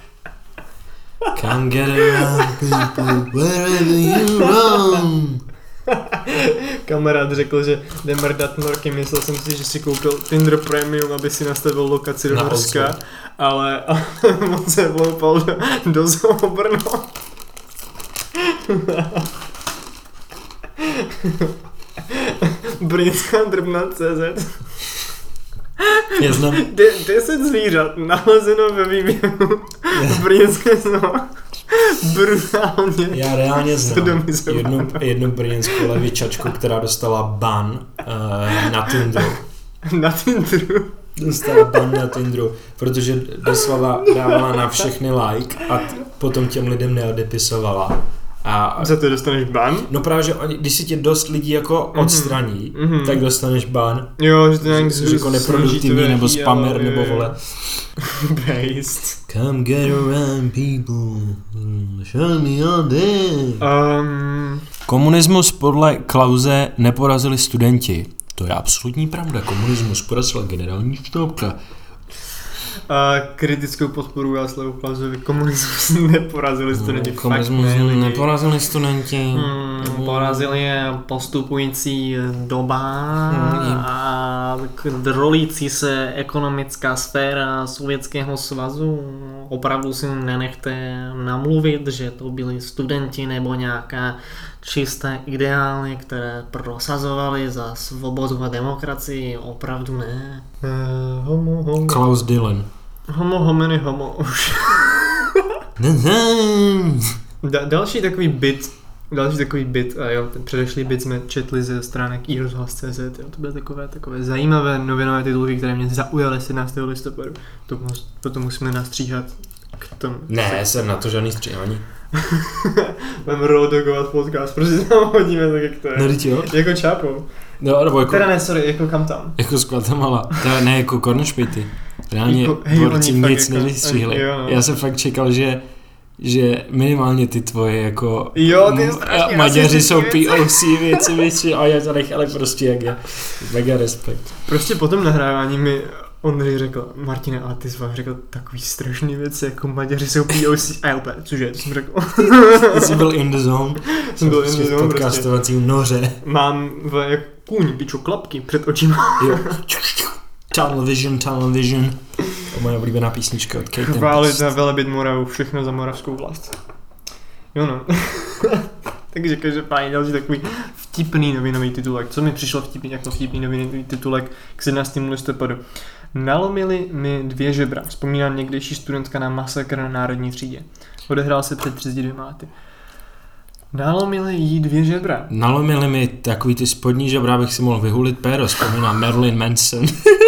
Come get around, people, wherever you roam. Kamarád řekl, že jde mrdat norky, myslel jsem si, že si koupil Tinder Premium, aby si nastavil lokaci do Na Norska, Oslo. ale, ale on se vloupal do, do zoo Brno. Brněnská drbna tečka cé zet. Já znám, De, deset zvířat nalezeno ve výběhu v Brněnské zoo. Brutálně. já reálně znám Sodomizovaná. jednu, jednu brněnskou levičačku, která dostala ban uh, na Tinderu. Na Tinderu. Dostala ban na Tinderu, protože doslova dávala na všechny like a t- potom těm lidem neodepisovala. A Za to dostaneš ban? no právě, že oni, když si tě dost lidí jako odstraní, Mhm. mm-hmm. tak dostaneš ban. Jo, že to nějak Že jako neproduktivní nebo spamer nebo vole. Based. Come get around, people, show me all day. Um, Komunismus podle Klause neporazili studenti. To je absolutní pravda. Komunismus porazila generální štábka. a kritickou podporu Václavu Klausovi komunismus neporazili studenti. fakt Komunismus ne, lidi. neporazili studenti. Hmm, porazili je postupující doba Hmm. a drolící se ekonomická sféra Sovětského svazu. Opravdu si nenechte namluvit, že to byli studenti nebo nějaká čisté ideály, které prosazovali za svobodu a demokracii. Opravdu ne. Uh, homo, homo. Klaus Dylan. Homo hominy homo. Už. The times. Da- další takový bit další takový bit, a jo, ten předešlý bit jsme četli ze stránek i rozhlas tečka cé zet, jo, to byly takové, takové zajímavé novinové titulky, které mě zaujaly sedmnáctého listopadu. To, potom musíme nastříhat k tomu. Ne, jsem na to žádný stříhání. Budeme rodogovat podcast, prostě tam hodíme tak, jak to je. No, teď jo. Jako čápou. No, nebo jako... Teda ne, sorry, jako kam tam. Jako z Guatemala. Teda ne, jako Kornšpejty. Reálně Jako- hej, borci oni fakt nic jako- nevystříhli. oni- jo, no. Já jsem fakt čekal, že že minimálně ty tvoje jako Jo, ty m- strašně Maďaři rasistický jsou věci. P O C věci, věci a já to nechali prostě jak je. Mega respekt. Prostě po tom nahrávání mi Ondřej řekl, Martine, ale ty jsi vám řekl takový strašný věci, jako Maďaři jsou P O C. A já úplně, cože, to jsem řekl. Ty jsi byl in the zone. Jsem byl in the v zone, prostě. podcastovacím noře. Mám v jak kůň, pičo, klapky před očima. Jo. Tunnel vision, tunnel vision. To moje oblíbená písnička od Kate Chválit Tempest. na velebit Moravu, všechno za moravskou vlast. Jo no. Takže každopádně další takový vtipný novinový titulek. Co mi přišlo vtipný jako vtipný novinový titulek k sedmnáctému listopadu. Nalomili mi dvě žebra. Vzpomínám někdejší studentka na masakr na Národní třídě. Odehrál se před třiceti dvěma lety. Nalomili jí dvě žebra. Nalomili mi takový ty spodní žebra, abych si mohl vyhulit péro. Vzpomínám Marilyn Manson.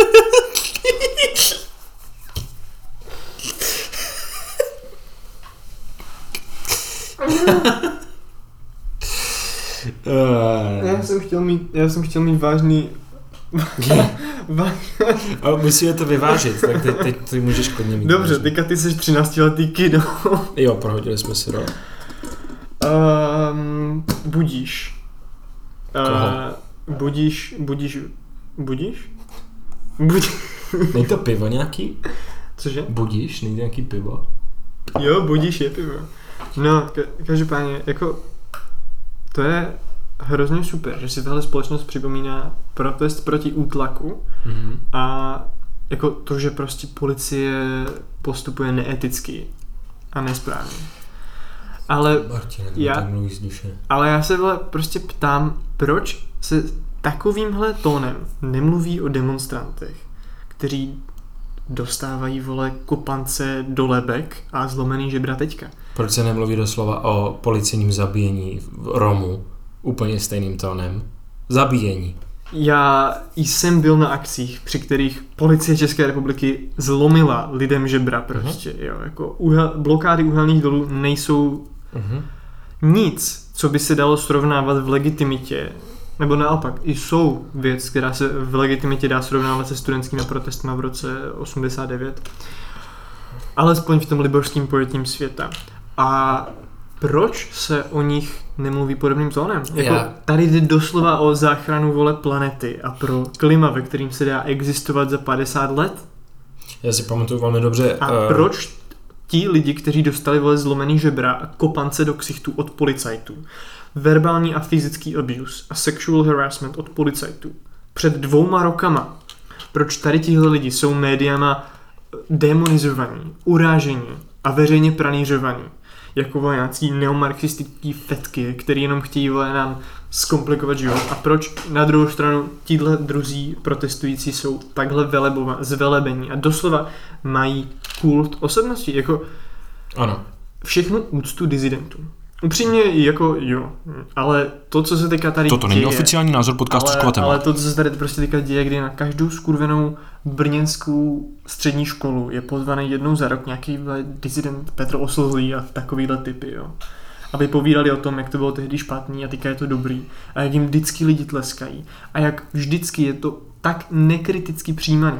Já jsem chtěl mít, já jsem chtěl mít vážný... Vá- Ale musíme to vyvážit, tak teď, teď ty můžeš klidně mít. Dobře, vážně. teďka ty jsi třináctiletý kid. Jo, prohodili jsme se, no. Um, budíš. Koho? Uh, budíš, budíš, budíš? Budíš. Není to pivo nějaký? Cože? Budíš? Není to nějaký pivo? Jo, budíš je pivo. No, ka- každopádně, jako, to je hrozně super, že si tahle společnost připomíná protest proti útlaku Mhm. a jako to, že prostě policie postupuje neeticky a nesprávně. Ale Martin, Já- tak mluvíš z duše. Ale já se vole prostě ptám, proč se takovýmhle tónem nemluví o demonstrantech, kteří dostávají vole kopance do lebek a zlomený žebra teďka. Proč se nemluví doslova o policejním zabíjení Romů úplně stejným tónem? Zabíjení. Já jsem byl na akcích, při kterých policie České republiky zlomila lidem žebra prostě, uh-huh. jo, jako uhel, blokády uhelných dolů nejsou Mhm. nic, co by se dalo srovnávat v legitimitě, nebo naopak, i jsou věc, která se v legitimitě dá srovnávat se studentskými protesty v roce osmdesát devět, alespoň v tom libořském pojetím světa. A proč se o nich nemluví podobným tónem? Jako Já- tady jde doslova o záchranu vole planety a pro klima, ve kterým se dá existovat za padesát let. Já si pamatuju velmi dobře. A eh, proč ti lidi, kteří dostali vole zlomený žebra a kopance do ksichtů od policajtů, verbální a fyzický abuse a sexual harassment od policajtů před dvouma rokama, proč tady tihle lidi jsou médiama demonizovaní, urážení a veřejně pranířovaní jako vole nějaký neomarxistický fetky, který jenom chtějí vole nám zkomplikovat život. A proč na druhou stranu tíhle druzí protestující jsou takhle velebova, zvelebení a doslova mají kult osobnosti, jako Ano. všechnu úctu dizidentům. Upřímně jako jo, ale to, co se teďka tady Toto děje, není oficiální názor podcastu ale, Skvatem. ale to, co se tady prostě teďka děje, kdy na každou skurvenou brněnskou střední školu je pozvaný jednou za rok nějaký vole, disident Petr Oslzlý a takovýhle typy, jo. Aby povídali o tom, jak to bylo tehdy špatný a teďka je to dobrý. A jak jim vždycky lidi tleskají. A jak vždycky je to tak nekriticky přijímaný.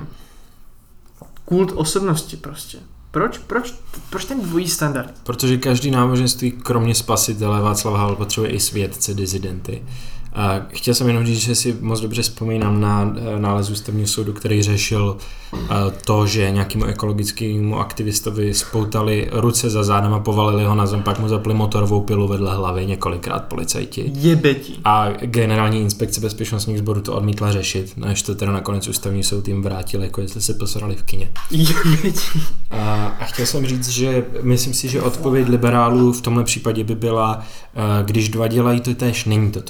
Kult osobnosti prostě. Proč, proč, proč ten dvojí standard? Protože každý náboženství, kromě spasitele Václava Havla, potřebuje i svědce, dizidenty. A chtěl jsem jenom říct, že si moc dobře vzpomínám na nález ústavního soudu, který řešil to, že nějakému ekologickému aktivistovi spoutali ruce za zádem a povalili ho na zem, pak mu zapli motorovou pilu vedle hlavy několikrát policajti. Jebeti. A generální inspekce bezpečnostních sborů to odmítla řešit, než to teda nakonec ústavní soud jim vrátil, jako jestli se posrali v kině. Jebeti. A, a chtěl jsem říct, že myslím si, že odpověď liberálů v tomhle případě by byla, když dva dělají to též, není to to též.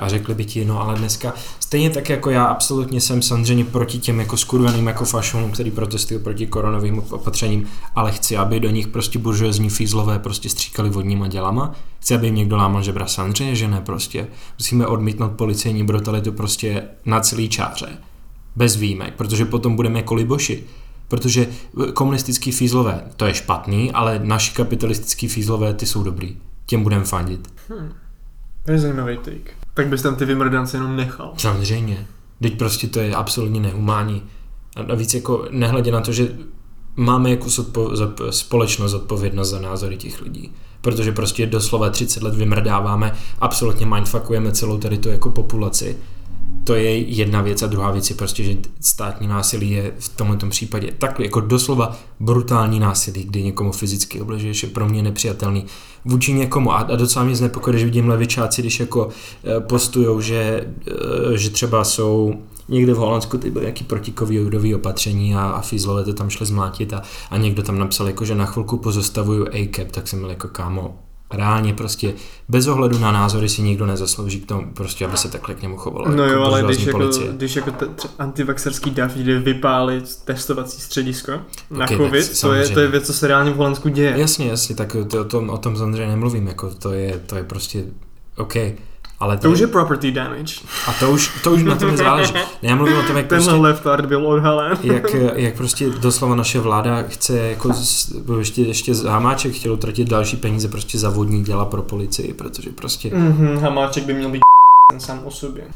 a řekli by ti, no ale dneska, stejně tak jako já absolutně jsem samozřejmě proti těm jako skurveným jako fašonům, který protestují proti koronovým opatřením, ale chci, aby do nich prostě buržoazní fízlové prostě stříkali vodníma dělama, chci, aby jim někdo lámal žebra, samozřejmě, že ne prostě, musíme odmítnout policejní brutalitu prostě na celý čáře, bez výjimek, protože potom budeme jako liboši. Protože komunistický fízlové, to je špatný, ale naši kapitalistický fízlové, ty jsou dobrý. Těm budeme fandit. Hmm. To je zajímavý take. Tak bys tam ty vymrdance jenom nechal. Samozřejmě. Teď prostě to je absolutně nehumánní. A víc jako nehledě na to, že máme jako zodpo, zod, společnost zodpovědnost za názory těch lidí. Protože prostě doslova třicet let vymrdáváme, absolutně mindfuckujeme celou tady tu jako populaci. To je jedna věc a druhá věc je prostě, že státní násilí je v tomto případě tak jako doslova brutální násilí, kdy někomu fyzicky obležuješ, je pro mě nepřijatelný vůči někomu a, a docela mě znepokojuje, že vidím levičáci, když jako postujou, že, že třeba jsou někde v Holandsku ty byly nějaký protikovidový opatření a, a fízlové to tam šli zmlátit a, a někdo tam napsal, jako, že na chvilku pozastavuju A C A P, tak jsem byl jako kámo, reálně prostě bez ohledu na názory si nikdo nezaslouží k tomu, prostě, aby se takhle k němu chovalo. No jako jo, ale když jako, když jako t- antivaxerský dav jde vypálit testovací středisko na okay, covid, to je, to je věc, co se reálně v Holandsku děje. Jasně, jasně, tak to, o, tom, o tom samozřejmě nemluvím, jako to je, to je prostě OK. Ale to už je property damage. A to už, to už na tom nezáleží. Ne, já mluvím o tom, jak tenhle prostě, leftard byl odhalen. jak, jak prostě doslova naše vláda chce jako ještě, ještě Hamáček chtěl utratit další peníze prostě za vodní děla pro policii, protože prostě... Mm-hmm, Hamáček by měl být sám o sobě.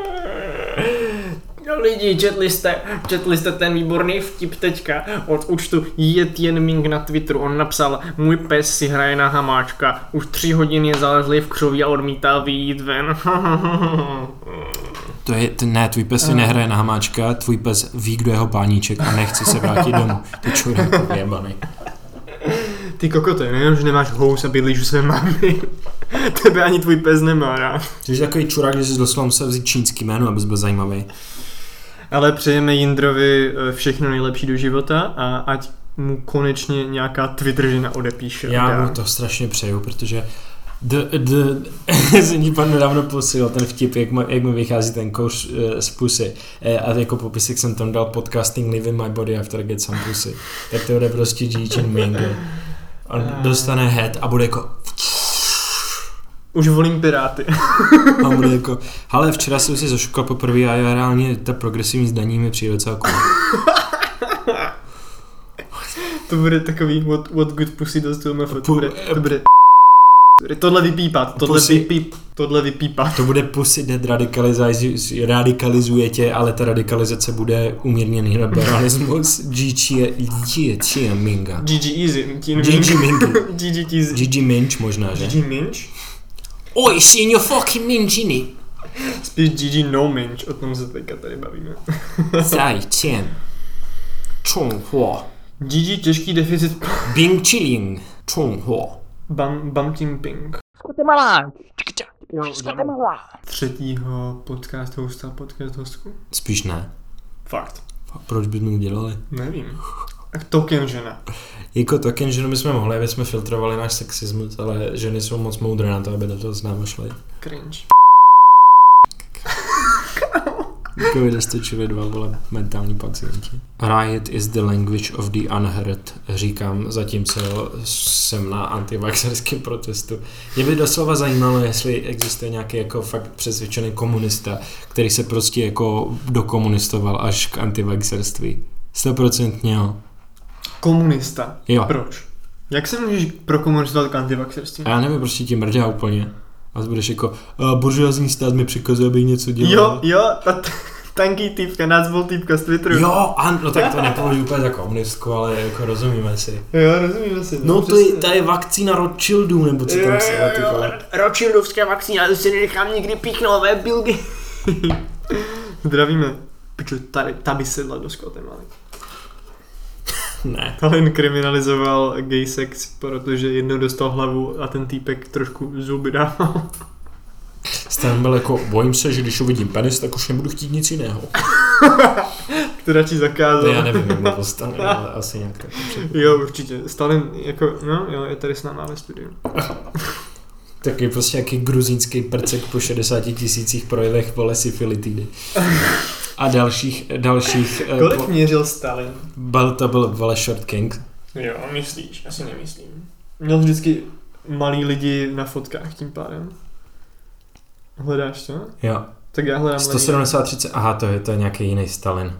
No lidi, četli jste, četli jste ten výborný vtip teďka od účtu Je Tien Ming na Twitteru. On napsal, můj pes si hraje na Hamáčka, už tři hodiny zalezli v křoví a odmítá vyjít ven. To je, ne, tvůj pes si nehraje na Hamáčka, tvůj pes ví, kdo je jeho páníček a nechce se vrátit domů. Ty čurák jebaný. Ty kokote, nejenom, že nemáš hous a bydlíš u své mámy. Tebe ani tvůj pes nemá rád. Jsi takový čurák, že jsi doslova musel vzít čínský jméno, abys byl zajímavý. Ale přejeme Jindrovi všechno nejlepší do života a ať mu konečně nějaká Twitter žena odepíše. Já dá. mu to strašně přeju, protože d, d, jsem ti pan nedávno posílal ten vtip, jak, ma, jak mi vychází ten kouř uh, z pusy. E, a jako popisek jsem tam dal podcasting Living My Body After I Get Some Pussy. Tak to bude prostě Ji Jinping. On dostane head a bude jako... Už volím Piráty. A bude jako... Hele, včera jsem si zašukal poprvé a já reálně ta progresivní zdaní mi přijde docela cool. To bude takový what, what good pussy does to my foot. To bude, to bude tohle vypípat, tohle, Pussy. vypíp, tohle vypípat. To bude pussy dead radikalizuje, radikalizuje tě, ale ta radikalizace bude umírněný liberalismus. Gigi je Minga. Gigi Easy. Gigi Mingy. Gigi Easy. Gigi Minch možná, že? Gigi Minch? Oj, senior fucking Minchini. Spíš Gigi No Minch, o tom se teďka tady bavíme. Zai Qian. Chong Hua. Gigi těžký deficit. Bing Chiling. Chong Hua. Bam, bam Tim Ping. Guatemala. Jo, Guatemala. třetího podcast hosta, podcast hostku. Spíš ne. Fakt. Proč bychom udělali? Nevím. Token žena. Jako token ženu bychom mohli, aby jsme filtrovali náš sexismus, ale ženy jsou moc moudré na to, aby do toho s námi šly. Cringe. Covid dostačili dva vole mentální pacienti. Riot is the language of the unheard, říkám, zatímco jsem na antivaxerském protestu. Mě by doslova zajímalo, jestli existuje nějaký jako fakt přesvědčený komunista, který se prostě jako dokomunistoval až k antivaxerství. Stoprocentně jo. Komunista. Jo. Proč? Jak se můžeš prokomunistovat k antivaxerství? A já nevím, prostě ti mrdá úplně. A budeš jako, buržoazní stát mi přikazuje, abych něco dělal. Jo, jo, ta tanký týpka, nás byl týpka z Twitteru. Jo, an, no tak to nepovažuji úplně za komunistku, ale jako rozumíme si. Jo, rozumíme si. No to je, ta je vakcína Rothschildů, nebo co tam se ty vole. Rothschildovská vakcína, to si nenechám nikdy píchnout, ve Bilgy. Zdravíme. Piču, tady, ta by sedla do Guatemaly. Ne. Tallinn kriminalizoval gay sex, protože jednou dostal hlavu a ten týpek trošku zuby dával. Stan byl jako, bojím se, že když uvidím penis, tak už nebudu chtít nic jiného. To radši zakázal. To já nevím, jak byl Stan, ale asi nějak tak. Jo, určitě. Stalin, jako, no jo, je tady s náma ve studiu. Taky prostě jaký gruzínský prcek po šedesáti tisících projevech vole syfilitidy. A dalších, dalších... Kolik po... měřil Stalin? Byl to byl vole Short King. Jo, myslíš? Asi nemyslím. Měl vždycky malý lidi na fotkách tím pádem. Hledáš to? Jo. Tak já hledám sto sedmdesát tři, aha, to je, to je nějaký jiný Stalin.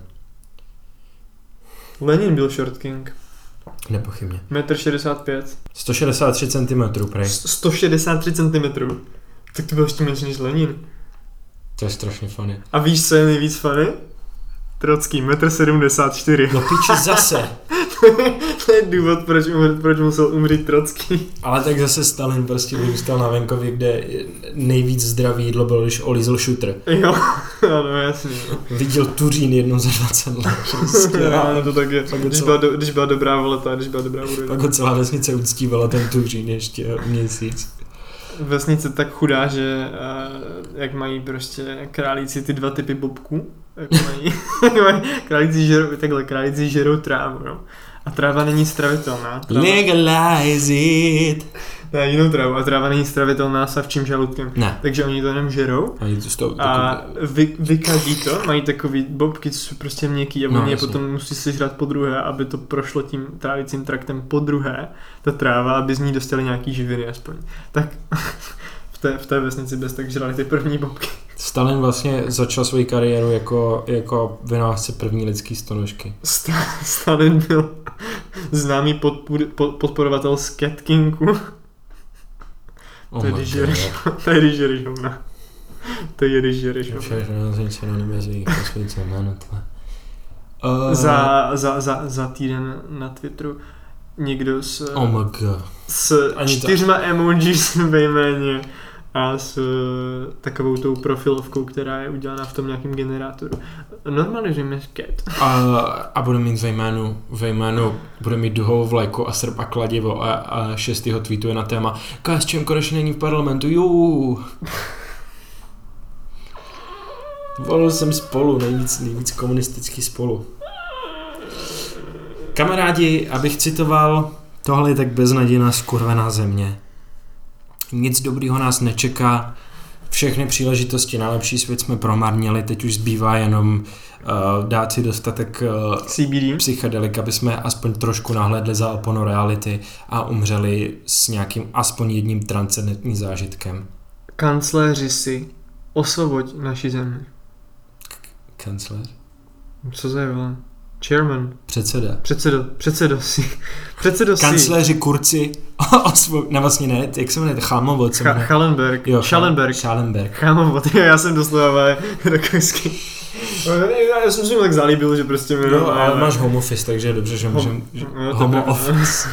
Lenin. Lenin byl Short King. Nepochybně. metr šedesát pět. sto šedesát tři centimetrů, prej. sto šedesát tři centimetrů. Tak to byl ještě menší než Lenin. To je strašně funny. A víš, co je nejvíc funny? Trocký, metr sedmdesát čtyři. No piči zase. To je důvod, proč, umř, proč musel umřít Trocký. Ale tak zase Stalin prostě vyrůstal na venkově, kde nejvíc zdravý jídlo bylo, když olízl šutr. Jo, ano, jasně. No. Viděl Tuřín jednou za dvacet let. Já, to tak je. Pak Když celá, byla, do, když byla dobrá voleta, když byla dobrá úroda. pak ho celá vesnice uctívala ten Tuřín ještě měsíc. Vesnice tak chudá, že uh, jak mají prostě králíci ty dva typy bobků, jak mají, mají králíci žerou, takhle, králíci žerou trávu, no. A tráva není stravitelná. Tráva, Legalize it. ne, jinou trávu. A tráva není stravitelná savčím žaludkem. Ne. Takže oni to jenom žerou. Oni to stou, A vy, vykadí to, mají takový bobky, co jsou prostě měkký a No, oni je jasně. potom musí sežrat po druhé, aby to prošlo tím trávicím traktem po druhé, ta tráva, aby z ní dostali nějaký živiny aspoň. Tak v té, v té vesnici bez tak žrali ty první bobky. Stalin vlastně začal svoji kariéru jako, jako vynálezce první lidský stonožky. Sta- Stalin byl známý podpůr, pod, podporovatel Skatkinku. Oh To je my když God. žereš, to je když žereš hovna. To je když žereš hovna. Všechno zničí na nebezích, posvědce jméno tle. Uh, Za, za, za, za týden na Twitteru někdo s, Oh my God. s Ani to- čtyřma emojis ve jméně a s takovou tou profilovkou, která je udělaná v tom nějakém generátoru. Normalizujeme cat. A, a bude mít ve jménu, ve jménu, bude mít duhovou vlajku a srp a kladivo a, a šest jeho tweetů je na téma K S Č M konečně není v parlamentu, jú. Volil jsem Spolu, nejvíc, nejvíc komunistický Spolu. Kamarádi, abych citoval, tohle je tak beznadějná skurvená země. Nic dobrýho nás nečeká, všechny příležitosti na lepší svět jsme promarnili, teď už zbývá jenom uh, dát si dostatek uh, C B D. psychedelik, aby jsme aspoň trošku nahlédli za oponu reality a umřeli s nějakým aspoň jedním transcendentním zážitkem. Kancléři si, osvoboď naši zemi. Kancléř? Co za je, vole? Chairman. Předseda. Předsedo, předsedo si. Předsedo si. Kancléři kurci, osvo... ne vlastně ne, jak se jmenuje, Chámovod se Cha- jmenuje. Schallenberg. Jo, Schallenberg. Schallenberg. Chámovod, já jsem doslova rakousky. Já jsem si mu tak zalíbil, že prostě jmenuji. No, ale máš home office, takže je dobře, že můžem... že- No, to Home pravda. office.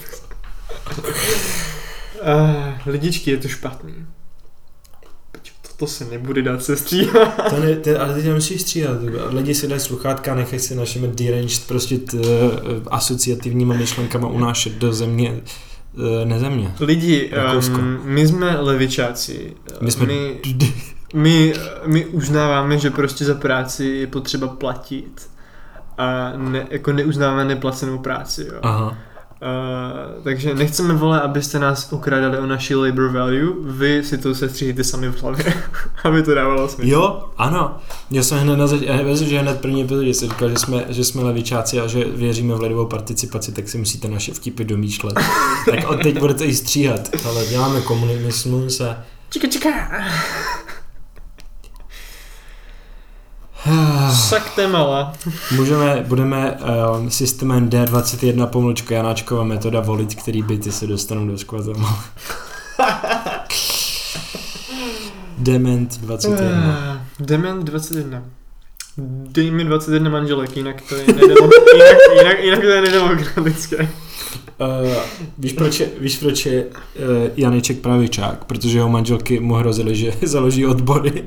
Uh, lidičky, je to špatný. Peťo, to se nebude dát se stříhat. To ne, to, ale teď nemusíš stříhat. Lidi si dají sluchátka a nechají si našimi deranged prostě t, asociativníma myšlenkama unášet do země nezemě. Lidi, Rakousko. um, my jsme levičáci. My jsme... My, my, my uznáváme, že prostě za práci je potřeba platit. A ne, jako neuznáváme neplacenou práci. Jo. Aha. Uh, takže nechceme, vole, abyste nás okrádali o naši labor value, vy si to sestříhejte sami v hlavě, aby to dávalo smysl. Jo, ano. Já jsem hned na zač- já vezmu, že hned první epizodě jsem říkal, že jsme, že jsme levičáci a že věříme v lidovou participaci, tak si musíte naše vtipy domýšlet. Tak od teď budete i stříhat. Ale děláme komunismus a... Čika, čika. Sakte mala. Můžeme, budeme uh, systémem D dvacet jedna pomlčka Janáčkova metoda volit, který byty se dostanou do skvazelu. Dement dvacet jedna. Uh, Dement dvacet jedna. Dej mi dvacet jedna manželek, jinak to je, nedemo- jinak, jinak, jinak to je nedemokratické. Uh, víš, proč je, víš, proč je uh, Janeček pravičák? Protože jeho manželky mu hrozily, že založí odbory.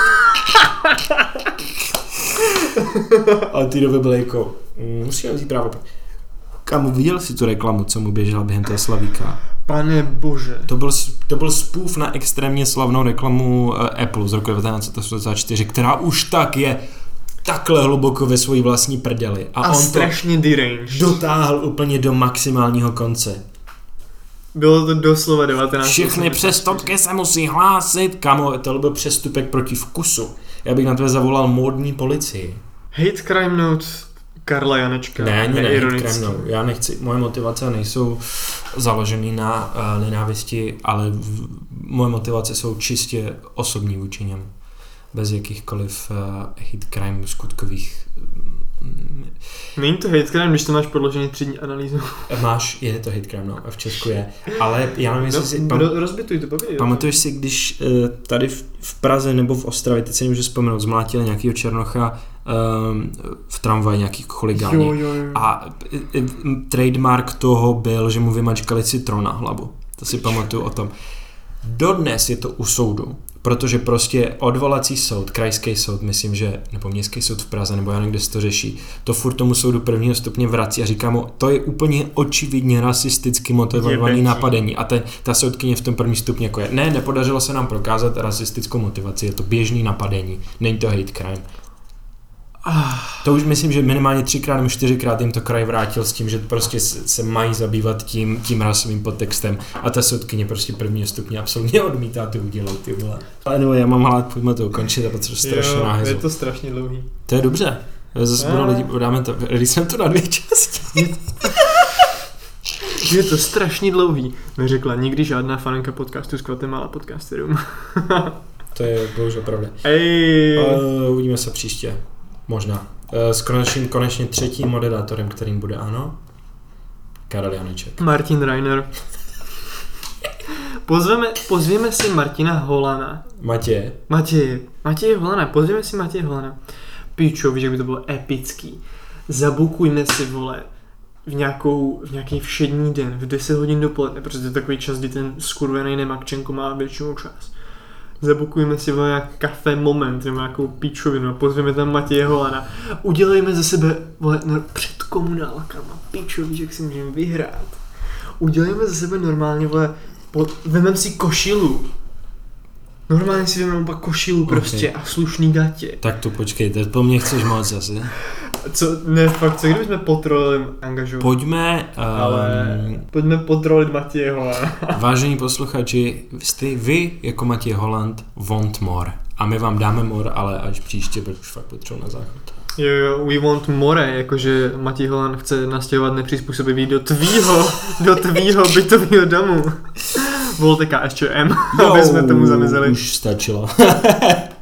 Ale ty doby byly jako, musíme vzít právo. Kamu, viděl jsi tu reklamu, co mu běžela během té Slavíka? Pane bože. To byl, to byl spoof na extrémně slavnou reklamu uh, Apple z roku devatenáct osmdesát čtyři, která už tak je takhle hluboko ve svojí vlastní prdeli. A, A on strašně to deranged. dotáhl úplně do maximálního konce. Bylo to doslova devatenáct. Všechny přestupky se musí hlásit. Kamo, to byl přestupek proti vkusu. Já bych na tebe zavolal módní policii. Hate crime note Karla Janečka. Ne, ne, ne, Neironicky. hate crime note. Já nechci, moje motivace nejsou založený na uh, nenávisti, ale v, moje motivace jsou čistě osobní vůči němu. Bez jakýchkoliv uh, hate crime skutkových. Není to hate crime, když to máš podložený třídní analýzu. Máš, je to hate crime, no, v Česku je. Ale já nevím, jestli si... No, Pam, ro- rozbituj to, povědět. pamatuješ si, když uh, tady v, v Praze nebo v Ostravě, teď se nemůžu vzpomenout, zmlátili nějakýho černocha um, v tramvaji, nějaký chuligání. Jo, jo, jo. A uh, uh, trademark toho byl, že mu vymačkali citron na hlavu. To si pamatuju o tom. Dodnes je to u soudu, protože prostě odvolací soud, krajský soud, myslím, že, nebo městský soud v Praze, nebo já nevím, kde se to řeší, to furt tomu soudu prvního stupně vrací a říká mu, to je úplně očividně rasisticky motivovaný napadení. A te, ta soudkyně v tom první stupni jako je, ne, nepodařilo se nám prokázat rasistickou motivaci, je to běžný napadení, není to hate crime. To už myslím, že minimálně třikrát nebo čtyřikrát jim to kraj vrátil s tím, že prostě se mají zabývat tím, tím rasovým podtextem a ta soudkyně prostě prvního stupně absolutně odmítá to udělat, ty vole. Ale no, já mám hlad, pojďme to ukončit a protože strašně náhezu. Je to strašně dlouhý. To je dobře. Zase budou lidi, dáme to, když jsem to na dvě části. Je to strašně dlouhý. Neřekla nikdy žádná fanka podcastu z Guatemala podcasterům. To je bohužel pravda. Ej. Uh, uvidíme se příště. Možná. Uh, s konečným, konečně třetím moderátorem, kterým bude ano. Karel Janeček. Martin Reiner. Pozveme, pozvěme si Martina Holana. Matěj. Matěj. Matěj Holana. Pozvěme si Matěj Holana. Píčo, víš, jak by to bylo epický. Zabukujme si, vole, v, nějakou, v nějaký všední den, v deset hodin dopoledne, protože to je takový čas, kdy ten skurvený Nemakčenko má většinou čas. Zabukujeme si vole nějak kafe moment, nebo nějakou píčovinu a pozveme tam Matěje Holana. Udělejme ze sebe vole, no, před komunálkama, píčo, víš, jak si můžeme vyhrát. Udělejme ze sebe normálně, vole, po, vemem si košilu. Normálně si vememe pak košilu prostě Okay. a slušný gatě. Tak tu počkejte, po mně chceš moc asi. Co, ne, fakt, co kdybychom potrolili angažovat? Pojďme, um, Ale pojďme potrolit Matěje Holana. vážení posluchači, jste vy jako Matěj Holland want more. A my vám dáme more, ale až příště, protože už fakt potřebuji na záchod. Jo, jo, we want more, jakože Matěj Holan chce nastěhovat nepřizpůsobivý do tvýho, do tvýho bytového domu. Volte K S Č M, aby jsme tomu zamezili. Už stačilo.